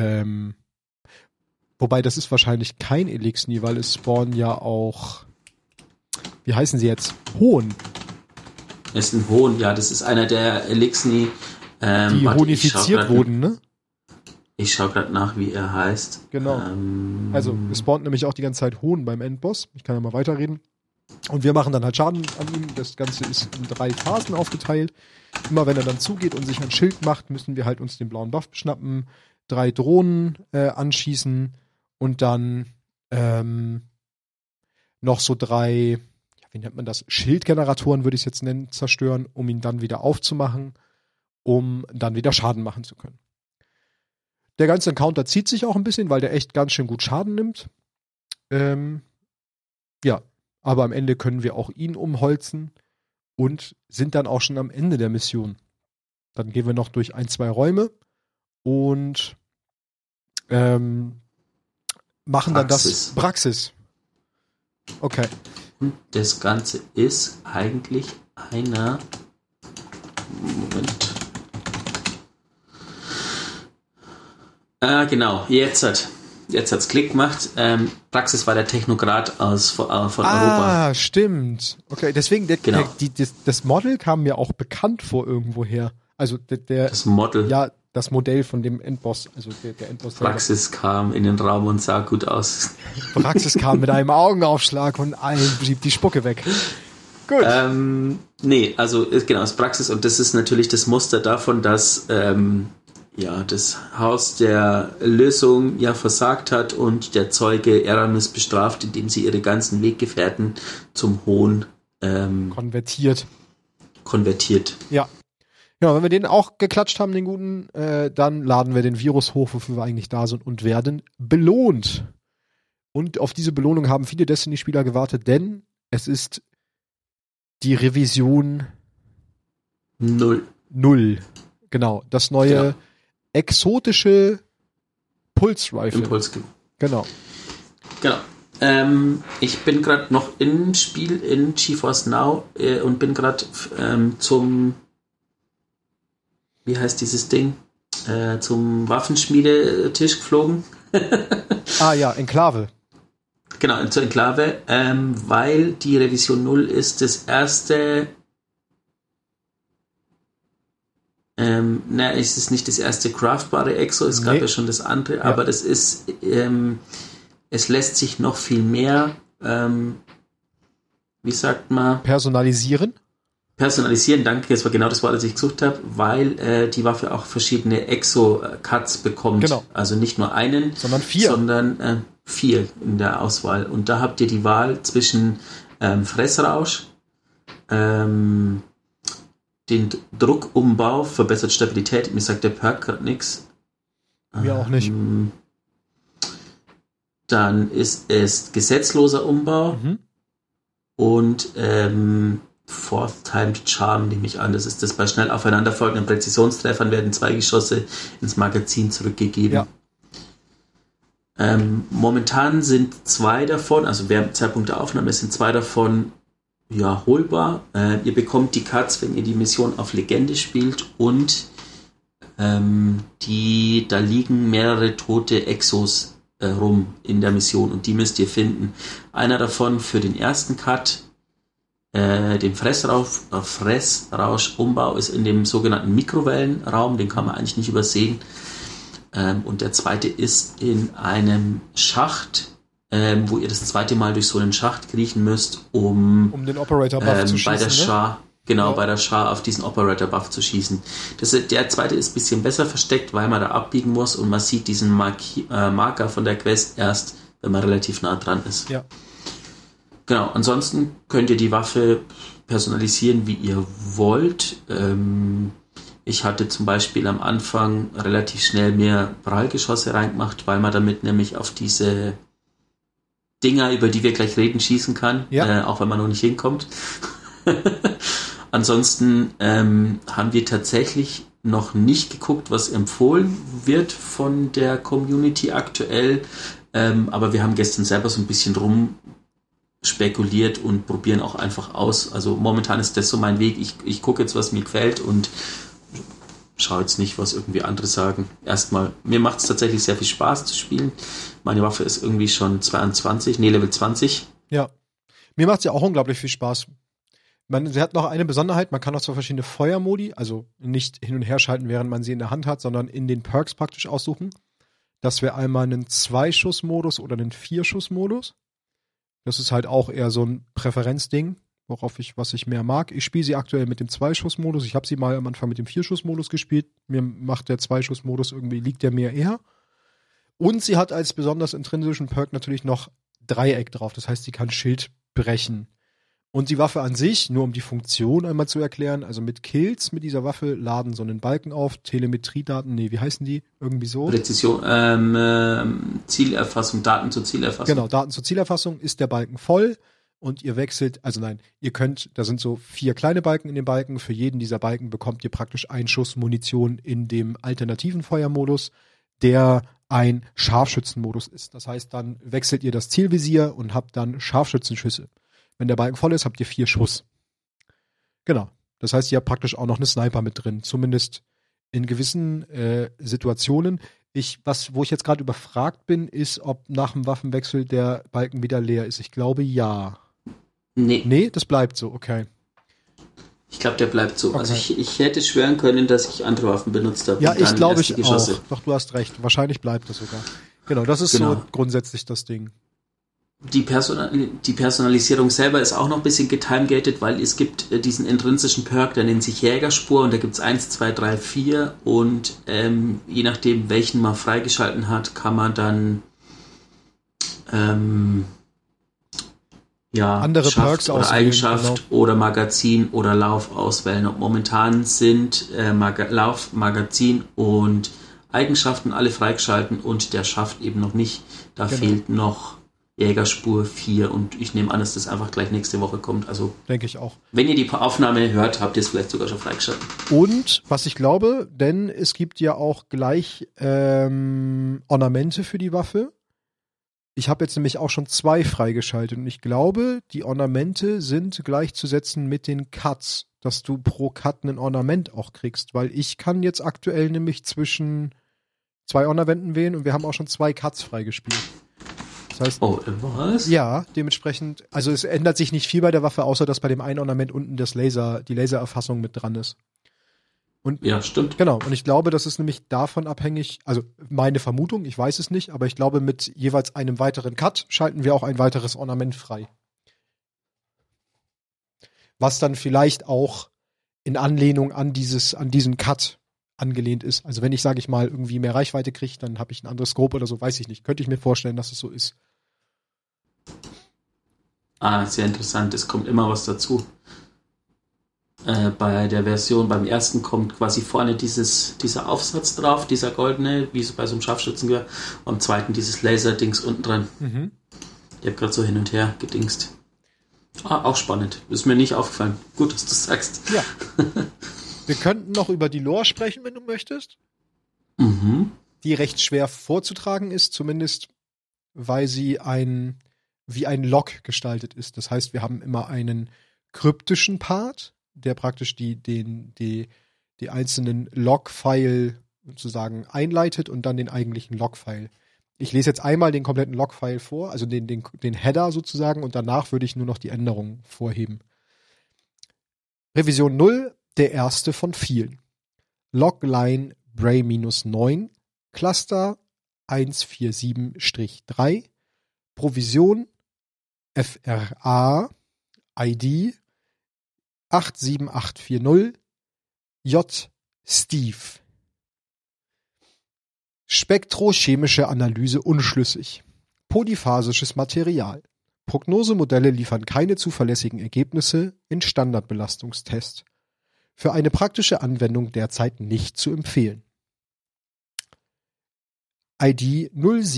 Wobei, das ist wahrscheinlich kein Elixni, weil es spawnen ja auch, wie heißen sie jetzt? Hohn. Das ist ein Hohn, ja, das ist einer der Elixni, die honifiziert wurden, ne? Ich schaue gerade nach, wie er heißt. Genau. Also, es spawnt nämlich auch die ganze Zeit Hohn beim Endboss. Ich kann ja mal weiterreden. Und wir machen dann halt Schaden an ihm. Das Ganze ist in 3 Phasen aufgeteilt. Immer wenn er dann zugeht und sich ein Schild macht, müssen wir halt uns den blauen Buff schnappen, 3 Drohnen anschießen und dann noch so 3, ja, wie nennt man das? Schildgeneratoren würde ich es jetzt nennen, zerstören, um ihn dann wieder aufzumachen, um dann wieder Schaden machen zu können. Der ganze Encounter zieht sich auch ein bisschen, weil der echt ganz schön gut Schaden nimmt. Ja, aber am Ende können wir auch ihn umholzen und sind dann auch schon am Ende der Mission. Dann gehen wir noch durch 1, 2 Räume und machen dann das Praxis. Okay. Und das Ganze ist eigentlich einer Moment. Genau, jetzt hat's Klick gemacht. Praxis war der Technokrat von Europa. Ah, stimmt. Okay, deswegen, das Model kam mir auch bekannt vor irgendwoher. Also das Model? Ja, das Modell von dem Endboss, also der Endboss. Praxis kam in den Raum und sah gut aus. Praxis kam mit einem Augenaufschlag und allen blieb die Spucke weg. Gut. Nee, also genau, das Praxis und das ist natürlich das Muster davon, dass das Haus der Lösung ja versagt hat und der Zeuge Eramis bestraft, indem sie ihre ganzen Weggefährten zum Hohn konvertiert. Ja. Ja, wenn wir den auch geklatscht haben, den guten, dann laden wir den Virus hoch, wofür wir eigentlich da sind und werden belohnt. Und auf diese Belohnung haben viele Destiny-Spieler gewartet, denn es ist die Revision 0. Genau, das neue exotische Pulse-Rifle. Genau. Ich bin gerade noch im Spiel in GeForce Now und bin gerade zum wie heißt dieses Ding? Zum Waffenschmiedetisch geflogen. Enklave. Genau, zur Enklave, weil die Revision 0 ist das erste es ist nicht das erste craftbare Exo, es gab ja schon das andere, aber das ist es lässt sich noch viel mehr wie sagt man? Personalisieren, danke, das war genau das Wort, das ich gesucht habe, weil die Waffe auch verschiedene Exo-Cuts bekommt. Genau. Also nicht nur einen, sondern 4. Sondern 4 in der Auswahl. Und da habt ihr die Wahl zwischen Fressrausch, den Druckumbau, verbessert Stabilität, mir sagt der Perk gerade nichts. Mir auch nicht. Dann ist es gesetzloser Umbau und Fourth Timed Charm, nehme ich an. Das ist das, bei schnell aufeinanderfolgenden Präzisionstreffern werden 2 Geschosse ins Magazin zurückgegeben. Ja. Momentan sind 2 davon, also während Zeitpunkt der Aufnahme sind 2 davon holbar. Ihr bekommt die Cuts, wenn ihr die Mission auf Legende spielt und da liegen mehrere tote Exos rum in der Mission und die müsst ihr finden. Einer davon für den ersten Cut, den Fressrauschumbau ist in dem sogenannten Mikrowellenraum, den kann man eigentlich nicht übersehen. Und der zweite ist in einem Schacht, wo ihr das zweite Mal durch so einen Schacht kriechen müsst, um den Operator-Buff zu schießen, bei der Schar, bei der Schar auf diesen Operator-Buff zu schießen. Der zweite ist ein bisschen besser versteckt, weil man da abbiegen muss und man sieht diesen Marker von der Quest erst, wenn man relativ nah dran ist. Ja. Genau, ansonsten könnt ihr die Waffe personalisieren, wie ihr wollt. Ich hatte zum Beispiel am Anfang relativ schnell mehr Prallgeschosse reingemacht, weil man damit nämlich auf diese Dinger, über die wir gleich reden, schießen kann, auch wenn man noch nicht hinkommt. Ansonsten haben wir tatsächlich noch nicht geguckt, was empfohlen wird von der Community aktuell, aber wir haben gestern selber so ein bisschen spekuliert und probieren auch einfach aus. Also momentan ist das so mein Weg. Ich gucke jetzt, was mir gefällt und schaue jetzt nicht, was irgendwie andere sagen. Erstmal, mir macht es tatsächlich sehr viel Spaß zu spielen. Meine Waffe ist irgendwie schon Level 20. Ja, mir macht es ja auch unglaublich viel Spaß. Sie hat noch eine Besonderheit, man kann auch zwei verschiedene Feuermodi, also nicht hin und her schalten, während man sie in der Hand hat, sondern in den Perks praktisch aussuchen. Das wäre einmal einen 2-Schuss-Modus oder einen 4-Schuss-Modus. Das ist halt auch eher so ein Präferenzding, was ich mehr mag. Ich spiele sie aktuell mit dem 2-Schuss-Modus. Ich habe sie mal am Anfang mit dem 4-Schuss-Modus gespielt. Mir macht der 2-Schuss-Modus irgendwie, liegt der mir eher. Und sie hat als besonders intrinsischen Perk natürlich noch Dreieck drauf. Das heißt, sie kann Schild brechen. Und die Waffe an sich, nur um die Funktion einmal zu erklären, also mit Kills mit dieser Waffe laden so einen Balken auf, Telemetriedaten, wie heißen die? Irgendwie so. Präzision, Zielerfassung, Daten zur Zielerfassung. Genau, Daten zur Zielerfassung, ist der Balken voll und ihr wechselt, da sind so 4 kleine Balken in dem Balken, für jeden dieser Balken bekommt ihr praktisch einen Schuss Munition in dem alternativen Feuermodus, der ein Scharfschützenmodus ist. Das heißt, dann wechselt ihr das Zielvisier und habt dann Scharfschützenschüsse. Wenn der Balken voll ist, habt ihr 4 Schuss. Genau. Das heißt, ihr habt praktisch auch noch eine Sniper mit drin. Zumindest in gewissen Situationen. Wo ich jetzt gerade überfragt bin, ist, ob nach dem Waffenwechsel der Balken wieder leer ist. Ich glaube, ja. Nee, das bleibt so, okay. Ich glaube, der bleibt so. Okay. Also ich hätte schwören können, dass ich andere Waffen benutzt habe. Ja, ich glaube ich auch. Doch, du hast recht. Wahrscheinlich bleibt das sogar. Genau, das ist so grundsätzlich das Ding. Die Personalisierung selber ist auch noch ein bisschen getimegated, weil es gibt diesen intrinsischen Perk, der nennt sich Jägerspur und da gibt es 1, 2, 3, 4 und je nachdem, welchen man freigeschalten hat, kann man dann andere Schaft Perks oder auswählen, Eigenschaft oder Magazin oder Lauf auswählen. Und momentan sind Lauf, Magazin und Eigenschaften alle freigeschalten und der Schaft eben noch nicht. Da fehlt noch Jägerspur 4 und ich nehme an, dass das einfach gleich nächste Woche kommt. Also denke ich auch. Wenn ihr die Aufnahme hört, habt ihr es vielleicht sogar schon freigeschaltet. Und was ich glaube, denn es gibt ja auch gleich Ornamente für die Waffe. Ich habe jetzt nämlich auch schon 2 freigeschaltet und ich glaube, die Ornamente sind gleichzusetzen mit den Cuts, dass du pro Cut ein Ornament auch kriegst, weil ich kann jetzt aktuell nämlich zwischen 2 Ornamenten wählen und wir haben auch schon 2 Cuts freigespielt. Das heißt, was? Ja, dementsprechend, also es ändert sich nicht viel bei der Waffe, außer dass bei dem einen Ornament unten die Lasererfassung mit dran ist. Und, ja, stimmt. Genau, und ich glaube, das ist nämlich davon abhängig, also meine Vermutung, ich weiß es nicht, aber ich glaube, mit jeweils einem weiteren Cut schalten wir auch ein weiteres Ornament frei. Was dann vielleicht auch in Anlehnung an diesen Cut angelehnt ist. Also wenn ich, sage ich mal, irgendwie mehr Reichweite kriege, dann habe ich ein anderes Scope oder so, weiß ich nicht. Könnte ich mir vorstellen, dass es so ist. Sehr interessant. Es kommt immer was dazu. Bei der Version, beim ersten kommt quasi vorne dieser Aufsatz drauf, dieser goldene, wie so bei so einem Scharfschützengewehr. Und am zweiten dieses Laser-Dings unten dran. Mhm. Ich habe gerade so hin und her gedingst. Auch spannend. Ist mir nicht aufgefallen. Gut, dass du sagst. Ja. Wir könnten noch über die Lore sprechen, wenn du möchtest. Mhm. Die recht schwer vorzutragen ist, zumindest weil sie wie ein Log gestaltet ist. Das heißt, wir haben immer einen kryptischen Part, der praktisch die einzelnen Log-File sozusagen einleitet und dann den eigentlichen Log-File. Ich lese jetzt einmal den kompletten Log-File vor, also den Header sozusagen, und danach würde ich nur noch die Änderungen vorheben. Revision 0, der erste von vielen. Logline Bray-9, Cluster 147-3, Provision FRA, ID 87840, J. Steve. Spektrochemische Analyse unschlüssig. Polyphasisches Material. Prognosemodelle liefern keine zuverlässigen Ergebnisse in Standardbelastungstest. Für eine praktische Anwendung derzeit nicht zu empfehlen. ID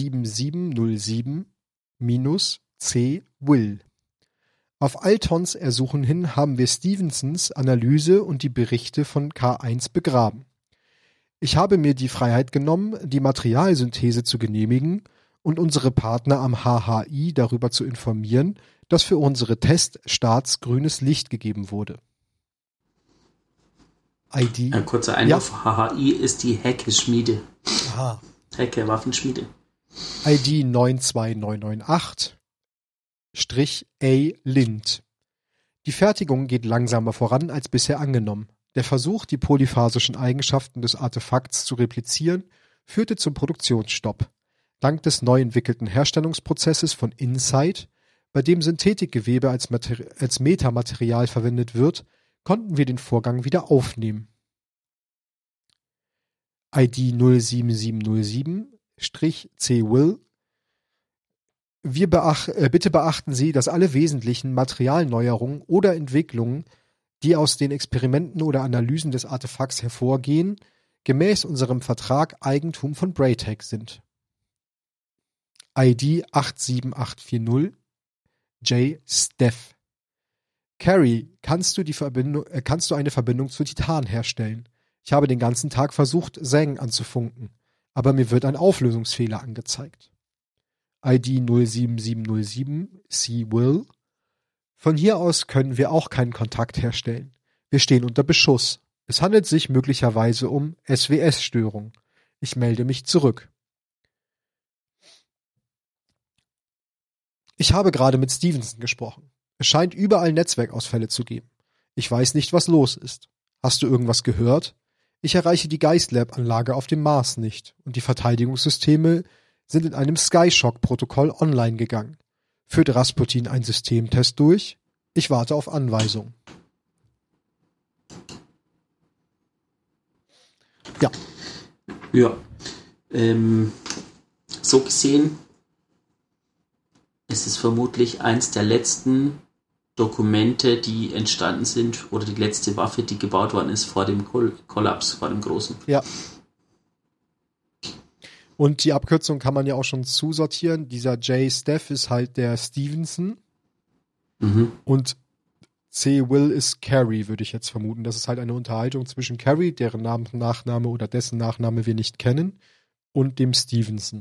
07707-C Will. Auf Altons Ersuchen hin haben wir Stevensons Analyse und die Berichte von K1 begraben. Ich habe mir die Freiheit genommen, die Materialsynthese zu genehmigen und unsere Partner am HHI darüber zu informieren, dass für unsere Teststarts grünes Licht gegeben wurde. ID. Ein kurzer Einwurf. Ja. HHI ist die Hecke-Schmiede. Aha. Hecke-Waffenschmiede. ID 92998-A Lind. Die Fertigung geht langsamer voran als bisher angenommen. Der Versuch, die polyphasischen Eigenschaften des Artefakts zu replizieren, führte zum Produktionsstopp. Dank des neu entwickelten Herstellungsprozesses von Insight, bei dem Synthetikgewebe als Metamaterial verwendet wird, konnten wir den Vorgang wieder aufnehmen. ID 07707-C Will. Bitte beachten Sie, dass alle wesentlichen Materialneuerungen oder Entwicklungen, die aus den Experimenten oder Analysen des Artefakts hervorgehen, gemäß unserem Vertrag Eigentum von Braytech sind. ID 87840 J. Steph. Carrie, kannst du eine Verbindung zu Titan herstellen? Ich habe den ganzen Tag versucht, Zhang anzufunken, aber mir wird ein Auflösungsfehler angezeigt. ID 07707 C. Will. Von hier aus können wir auch keinen Kontakt herstellen. Wir stehen unter Beschuss. Es handelt sich möglicherweise um SWS-Störung. Ich melde mich zurück. Ich habe gerade mit Stevenson gesprochen. Es scheint überall Netzwerkausfälle zu geben. Ich weiß nicht, was los ist. Hast du irgendwas gehört? Ich erreiche die Geist-Lab-Anlage auf dem Mars nicht und die Verteidigungssysteme sind in einem Skyshock-Protokoll online gegangen. Führt Rasputin einen Systemtest durch? Ich warte auf Anweisungen. Ja. Ja. So gesehen ist es vermutlich eins der letzten Dokumente, die entstanden sind, oder die letzte Waffe, die gebaut worden ist vor dem Kollaps, vor dem großen. Ja. Und die Abkürzung kann man ja auch schon zusortieren. Dieser J. Steph ist halt der Stevenson. Mhm. Und C. Will ist Carrie, würde ich jetzt vermuten. Das ist halt eine Unterhaltung zwischen Carrie, deren Nachname oder dessen Nachname wir nicht kennen, und dem Stevenson.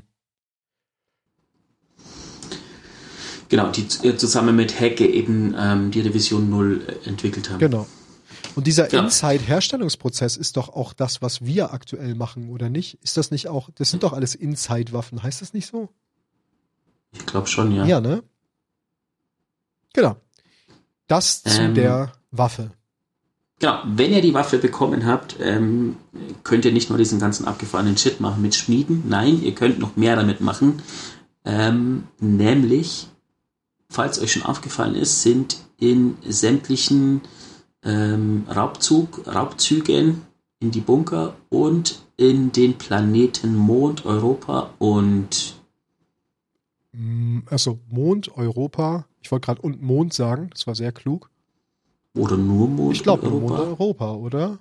Genau, die zusammen mit Hecke eben die Revision 0 entwickelt haben. Genau. Und dieser Inside-Herstellungsprozess ist doch auch das, was wir aktuell machen, oder nicht? Ist das nicht auch, das sind doch alles Inside-Waffen, heißt das nicht so? Ich glaube schon, ja. Ja, ne? Genau. Das zu der Waffe. Genau, wenn ihr die Waffe bekommen habt, könnt ihr nicht nur diesen ganzen abgefahrenen Shit machen mit Schmieden. Nein, ihr könnt noch mehr damit machen. Nämlich, falls euch schon aufgefallen ist, sind in sämtlichen Raubzügen in die Bunker und in den Planeten Mond, Europa und also Mond, Europa. Ich wollte gerade und Mond sagen, das war sehr klug. Oder nur Mond, ich glaube nur Mond, Europa, oder?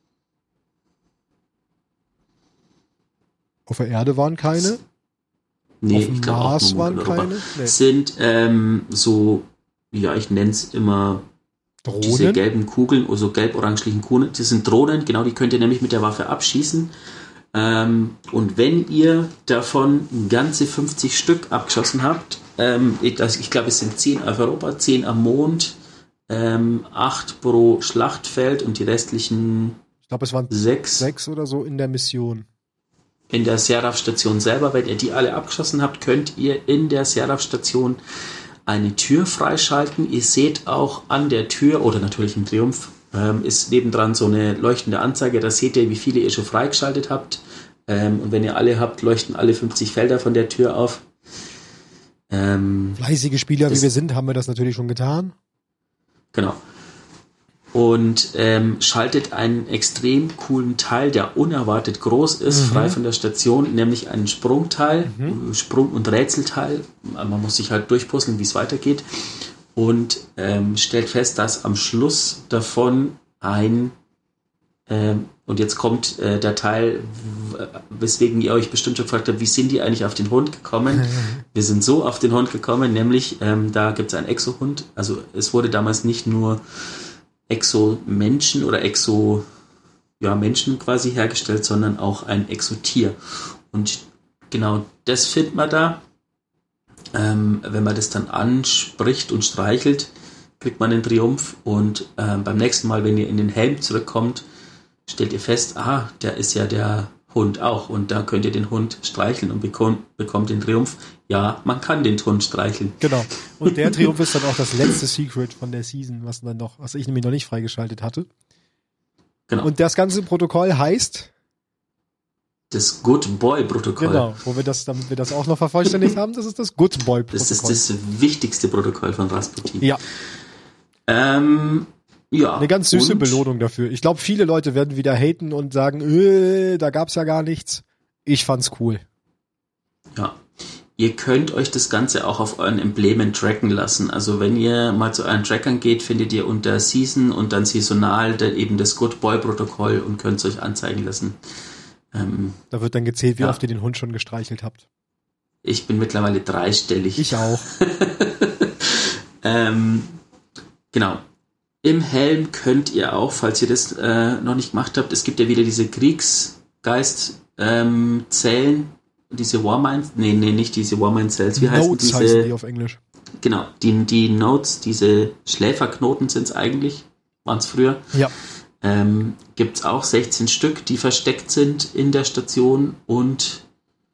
Auf der Erde waren keine. Nee, auf dem Mars waren keine. Nee. Sind so, ja, ich nenne es immer Drohnen? Diese gelben Kugeln, oder so gelb-orangelichen Kugeln. Das sind Drohnen, genau, die könnt ihr nämlich mit der Waffe abschießen. Und wenn ihr davon ganze 50 Stück abgeschossen habt, ich glaube, es sind 10 auf Europa, 10 am Mond, 8 pro Schlachtfeld und die restlichen, ich glaube, es waren 6 oder so in der Mission. In der Seraph-Station selber, wenn ihr die alle abgeschossen habt, könnt ihr in der Seraph-Station eine Tür freischalten. Ihr seht auch an der Tür, oder natürlich im Triumph, ist nebendran so eine leuchtende Anzeige, da seht ihr, wie viele ihr schon freigeschaltet habt. Und wenn ihr alle habt, leuchten alle 50 Felder von der Tür auf. Fleißige Spieler, wie wir sind, haben wir das natürlich schon getan. Genau. Und schaltet einen extrem coolen Teil, der unerwartet groß ist, frei von der Station, nämlich einen Sprungteil, Sprung- und Rätselteil. Man muss sich halt durchpuzzeln, wie es weitergeht. Und stellt fest, dass am Schluss davon und jetzt kommt der Teil, weswegen ihr euch bestimmt schon gefragt habt, wie sind die eigentlich auf den Hund gekommen? Wir sind so auf den Hund gekommen, nämlich da gibt es einen Exo-Hund. Also es wurde damals nicht nur Exo-Menschen oder Exo-Menschen quasi hergestellt, sondern auch ein Exo-Tier. Und genau das findet man da. Wenn man das dann anspricht und streichelt, kriegt man den Triumph. Und beim nächsten Mal, wenn ihr in den Helm zurückkommt, stellt ihr fest, der ist ja der Hund auch. Und da könnt ihr den Hund streicheln und bekommt den Triumph. Ja, man kann den Hund streicheln. Genau. Und der Triumph ist dann auch das letzte Secret von der Season, was ich nämlich noch nicht freigeschaltet hatte. Genau. Und das ganze Protokoll heißt? Das Good Boy Protokoll. Genau, damit wir das auch noch vervollständigt haben, das ist das Good Boy Protokoll. Das ist das wichtigste Protokoll von Rasputin. Ja. Ja. Eine ganz süße Belohnung dafür. Ich glaube, viele Leute werden wieder haten und sagen, da gab's ja gar nichts. Ich fand's cool. Ja. Ihr könnt euch das Ganze auch auf euren Emblemen tracken lassen. Also wenn ihr mal zu euren Trackern geht, findet ihr unter Season und dann saisonal eben das Good Boy Protokoll und könnt es euch anzeigen lassen. Da wird dann gezählt, wie oft ihr den Hund schon gestreichelt habt. Ich bin mittlerweile dreistellig. Ich auch. Genau. Im Helm könnt ihr auch, falls ihr das noch nicht gemacht habt, es gibt ja wieder diese Kriegsgeist-Zellen, diese Warmind, nicht diese Warmind-Cells, wie heißen Notes diese? Heißen die auf Englisch. Genau, die Notes, diese Schläferknoten sind es eigentlich, waren es früher. Ja. Gibt es auch 16 Stück, die versteckt sind in der Station und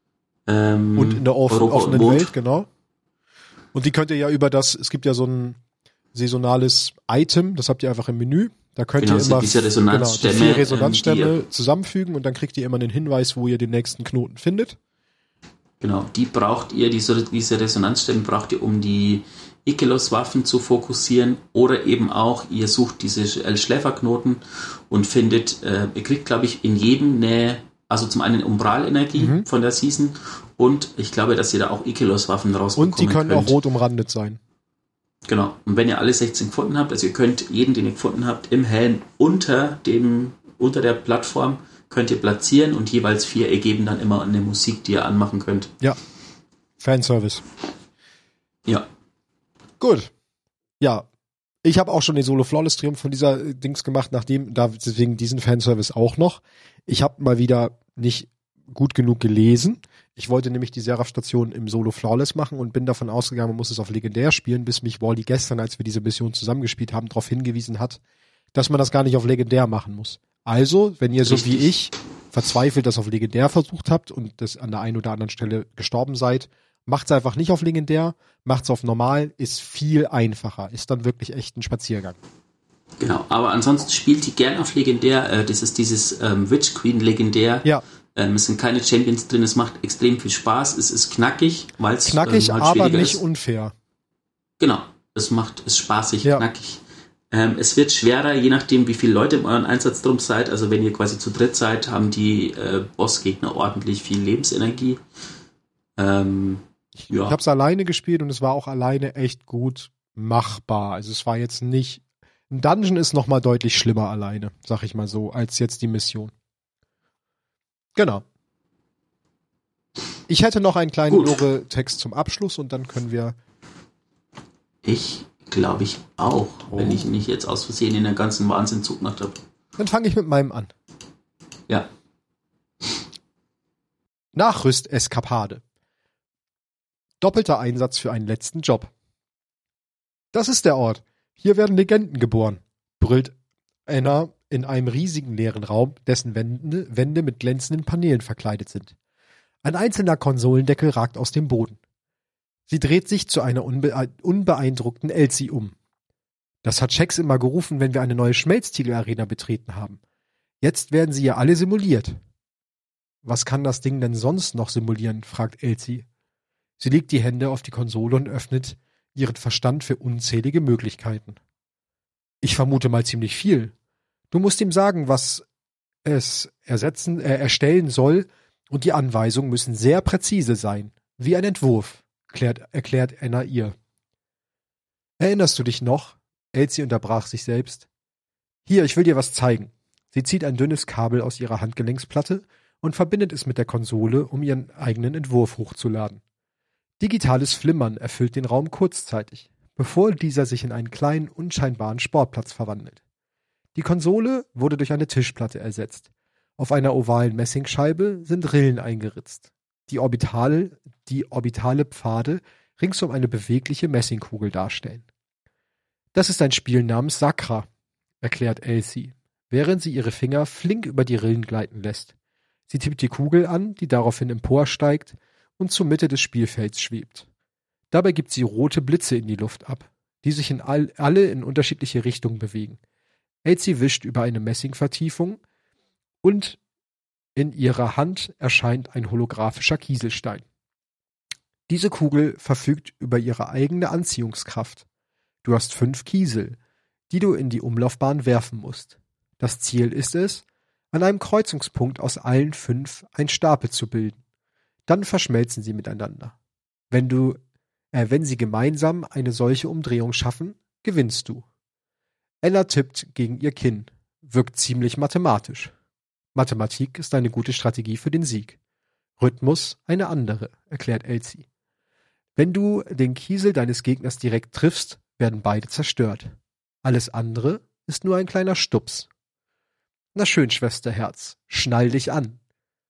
in der offenen Welt, genau. Und die könnt ihr ja es gibt ja so ein saisonales Item, das habt ihr einfach im Menü. Da könnt ihr immer diese Resonanzstämme, die 4 Resonanzstämme zusammenfügen und dann kriegt ihr immer einen Hinweis, wo ihr den nächsten Knoten findet. Genau, die braucht ihr, diese Resonanzstämme braucht ihr, um die Ikelos-Waffen zu fokussieren, oder eben auch, ihr sucht diese Schläferknoten und findet, ihr kriegt, glaube ich, in jedem also zum einen Umbralenergie von der Season und ich glaube, dass ihr da auch Ikelos-Waffen rausbekommen könnt. Und die können auch rot umrandet sein. Genau, und wenn ihr alle 16 gefunden habt, also ihr könnt jeden, den ihr gefunden habt, im Helm unter der Plattform könnt ihr platzieren und jeweils 4 ergeben dann immer eine Musik, die ihr anmachen könnt. Ja, Fanservice. Ja. Gut. Ja, ich habe auch schon den Solo Flawless Triumph von dieser Dings gemacht, deswegen diesen Fanservice auch noch. Ich habe mal wieder nicht gut genug gelesen. Ich wollte nämlich die Seraph-Station im Solo Flawless machen und bin davon ausgegangen, man muss es auf Legendär spielen, bis mich Wally gestern, als wir diese Mission zusammengespielt haben, darauf hingewiesen hat, dass man das gar nicht auf Legendär machen muss. Also, wenn ihr so wie ich verzweifelt das auf Legendär versucht habt und das an der einen oder anderen Stelle gestorben seid, macht's einfach nicht auf Legendär, macht's auf Normal, ist viel einfacher, ist dann wirklich echt ein Spaziergang. Genau, aber ansonsten spielt die gern auf Legendär, das ist dieses Witch Queen Legendär. Ja. Es sind keine Champions drin, es macht extrem viel Spaß, es ist knackig, weil es knackig, aber nicht unfair. Genau, es ist spaßig, knackig. Es wird schwerer, je nachdem, wie viele Leute in euren Einsatzdruck seid. Also wenn ihr quasi zu dritt seid, haben die Bossgegner ordentlich viel Lebensenergie. Ich habe es alleine gespielt und es war auch alleine echt gut machbar. Also es war jetzt nicht... Ein Dungeon ist noch mal deutlich schlimmer alleine, sag ich mal so, als jetzt die Mission. Genau. Ich hätte noch einen kleinen Lore-Text zum Abschluss und dann können wir... Ich glaube ich auch, wenn ich nicht jetzt aus Versehen in den ganzen Wahnsinnzug gemacht habe. Dann fange ich mit meinem an. Ja. Nachrüsteskapade. Doppelter Einsatz für einen letzten Job. Das ist der Ort. Hier werden Legenden geboren, brüllt Anna in einem riesigen leeren Raum, dessen Wände mit glänzenden Paneelen verkleidet sind. Ein einzelner Konsolendeckel ragt aus dem Boden. Sie dreht sich zu einer unbeeindruckten Elsie um. Das hat Shax immer gerufen, wenn wir eine neue Schmelztiegel-Arena betreten haben. Jetzt werden sie ja alle simuliert. Was kann das Ding denn sonst noch simulieren? Fragt Elsie. Sie legt die Hände auf die Konsole und öffnet ihren Verstand für unzählige Möglichkeiten. Ich vermute mal ziemlich viel. Du musst ihm sagen, was es erstellen soll, und die Anweisungen müssen sehr präzise sein. Wie ein Entwurf, erklärt Anna ihr. Erinnerst du dich noch? Elsie unterbrach sich selbst. Hier, ich will dir was zeigen. Sie zieht ein dünnes Kabel aus ihrer Handgelenksplatte und verbindet es mit der Konsole, um ihren eigenen Entwurf hochzuladen. Digitales Flimmern erfüllt den Raum kurzzeitig, bevor dieser sich in einen kleinen, unscheinbaren Sportplatz verwandelt. Die Konsole wurde durch eine Tischplatte ersetzt. Auf einer ovalen Messingscheibe sind Rillen eingeritzt. Die orbitale Pfade ringsum eine bewegliche Messingkugel darstellen. Das ist ein Spiel namens Sakra, erklärt Elsie, während sie ihre Finger flink über die Rillen gleiten lässt. Sie tippt die Kugel an, die daraufhin emporsteigt und zur Mitte des Spielfelds schwebt. Dabei gibt sie rote Blitze in die Luft ab, die sich alle in unterschiedliche Richtungen bewegen. Elsie wischt über eine Messingvertiefung und in ihrer Hand erscheint ein holographischer Kieselstein. Diese Kugel verfügt über ihre eigene Anziehungskraft. Du hast 5 Kiesel, die du in die Umlaufbahn werfen musst. Das Ziel ist es, an einem Kreuzungspunkt aus allen 5 einen Stapel zu bilden. Dann verschmelzen sie miteinander. Wenn sie gemeinsam eine solche Umdrehung schaffen, gewinnst du. Ella tippt gegen ihr Kinn, wirkt ziemlich mathematisch. Mathematik ist eine gute Strategie für den Sieg. Rhythmus eine andere, erklärt Elsie. Wenn du den Kiesel deines Gegners direkt triffst, werden beide zerstört. Alles andere ist nur ein kleiner Stups. Na schön, Schwesterherz, schnall dich an.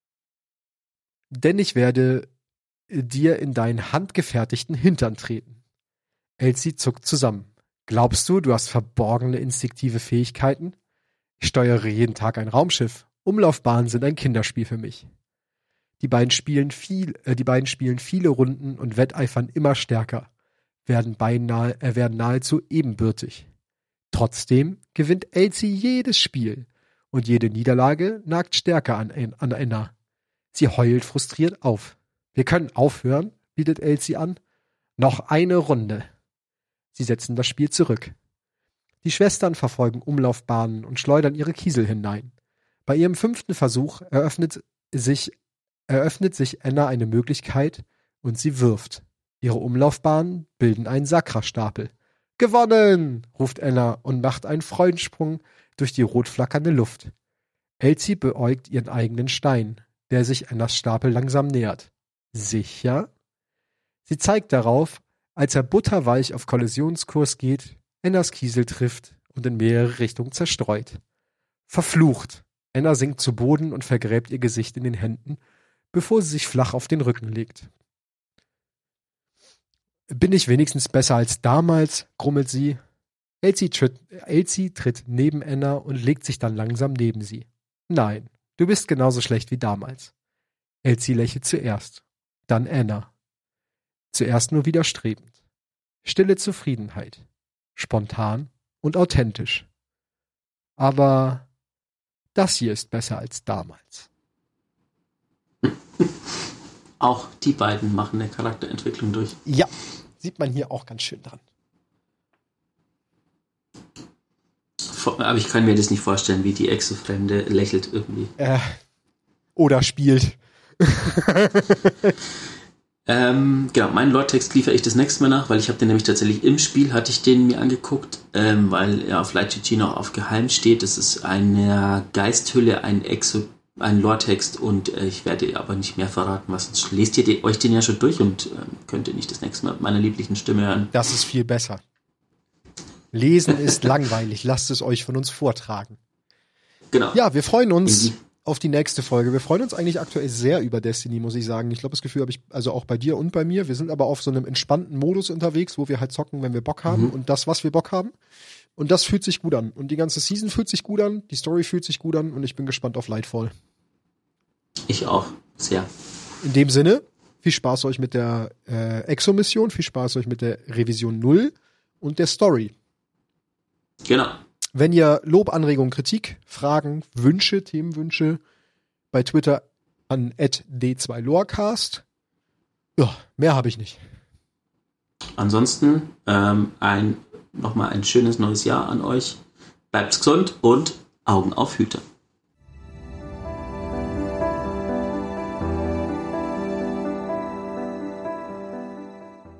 Denn ich werde dir in deinen handgefertigten Hintern treten. Elsie zuckt zusammen. Glaubst du, du hast verborgene instinktive Fähigkeiten? Ich steuere jeden Tag ein Raumschiff. Umlaufbahnen sind ein Kinderspiel für mich. Die beiden spielen viele Runden und wetteifern immer stärker, werden nahezu ebenbürtig. Trotzdem gewinnt Elsie jedes Spiel und jede Niederlage nagt stärker an Anna. Sie heult frustriert auf. Wir können aufhören, bietet Elsie an. Noch eine Runde. Sie setzen das Spiel zurück. Die Schwestern verfolgen Umlaufbahnen und schleudern ihre Kiesel hinein. Bei ihrem 5. Versuch eröffnet sich Anna eine Möglichkeit und sie wirft. Ihre Umlaufbahnen bilden einen Sakra-Stapel. Gewonnen! Ruft Anna und macht einen Freudensprung durch die rot flackernde Luft. Elsie beäugt ihren eigenen Stein, der sich Annas Stapel langsam nähert. Sicher? Sie zeigt darauf, als er butterweich auf Kollisionskurs geht, Annas Kiesel trifft und in mehrere Richtungen zerstreut. Verflucht! Anna sinkt zu Boden und vergräbt ihr Gesicht in den Händen, bevor sie sich flach auf den Rücken legt. Bin ich wenigstens besser als damals, grummelt sie. Elsie tritt neben Anna und legt sich dann langsam neben sie. Nein, du bist genauso schlecht wie damals. Elsie lächelt zuerst, dann Anna. Zuerst nur widerstrebend. Stille Zufriedenheit. Spontan und authentisch. Aber das hier ist besser als damals. Auch die beiden machen eine Charakterentwicklung durch. Ja, sieht man hier auch ganz schön dran. Aber ich kann mir das nicht vorstellen, wie die Exofremde lächelt irgendwie. Oder spielt. Genau, meinen Lore-Text liefere ich das nächste Mal nach, weil ich habe den nämlich tatsächlich im Spiel, hatte ich den mir angeguckt, weil er auf Light-GG noch auf Geheim steht. Das ist eine Geisthülle, ein Lore-Text und ich werde aber nicht mehr verraten, was sonst lest ihr euch den ja schon durch und könnt ihr nicht das nächste Mal mit meiner lieblichen Stimme hören. Das ist viel besser. Lesen ist langweilig, lasst es euch von uns vortragen. Genau. Ja, wir freuen uns auf die nächste Folge. Wir freuen uns eigentlich aktuell sehr über Destiny, muss ich sagen. Ich glaube, das Gefühl habe ich also auch bei dir und bei mir. Wir sind aber auf so einem entspannten Modus unterwegs, wo wir halt zocken, wenn wir Bock haben und das, was wir Bock haben. Und das fühlt sich gut an. Und die ganze Season fühlt sich gut an, die Story fühlt sich gut an und ich bin gespannt auf Lightfall. Ich auch, sehr. In dem Sinne, viel Spaß euch mit der Exo-Mission, viel Spaß euch mit der Revision 0 und der Story. Genau. Wenn ihr Lob, Anregungen, Kritik, Fragen, Wünsche, Themenwünsche bei Twitter an @d2lorecast. Ja, mehr habe ich nicht. Ansonsten nochmal ein schönes neues Jahr an euch. Bleibt gesund und Augen auf Hüte.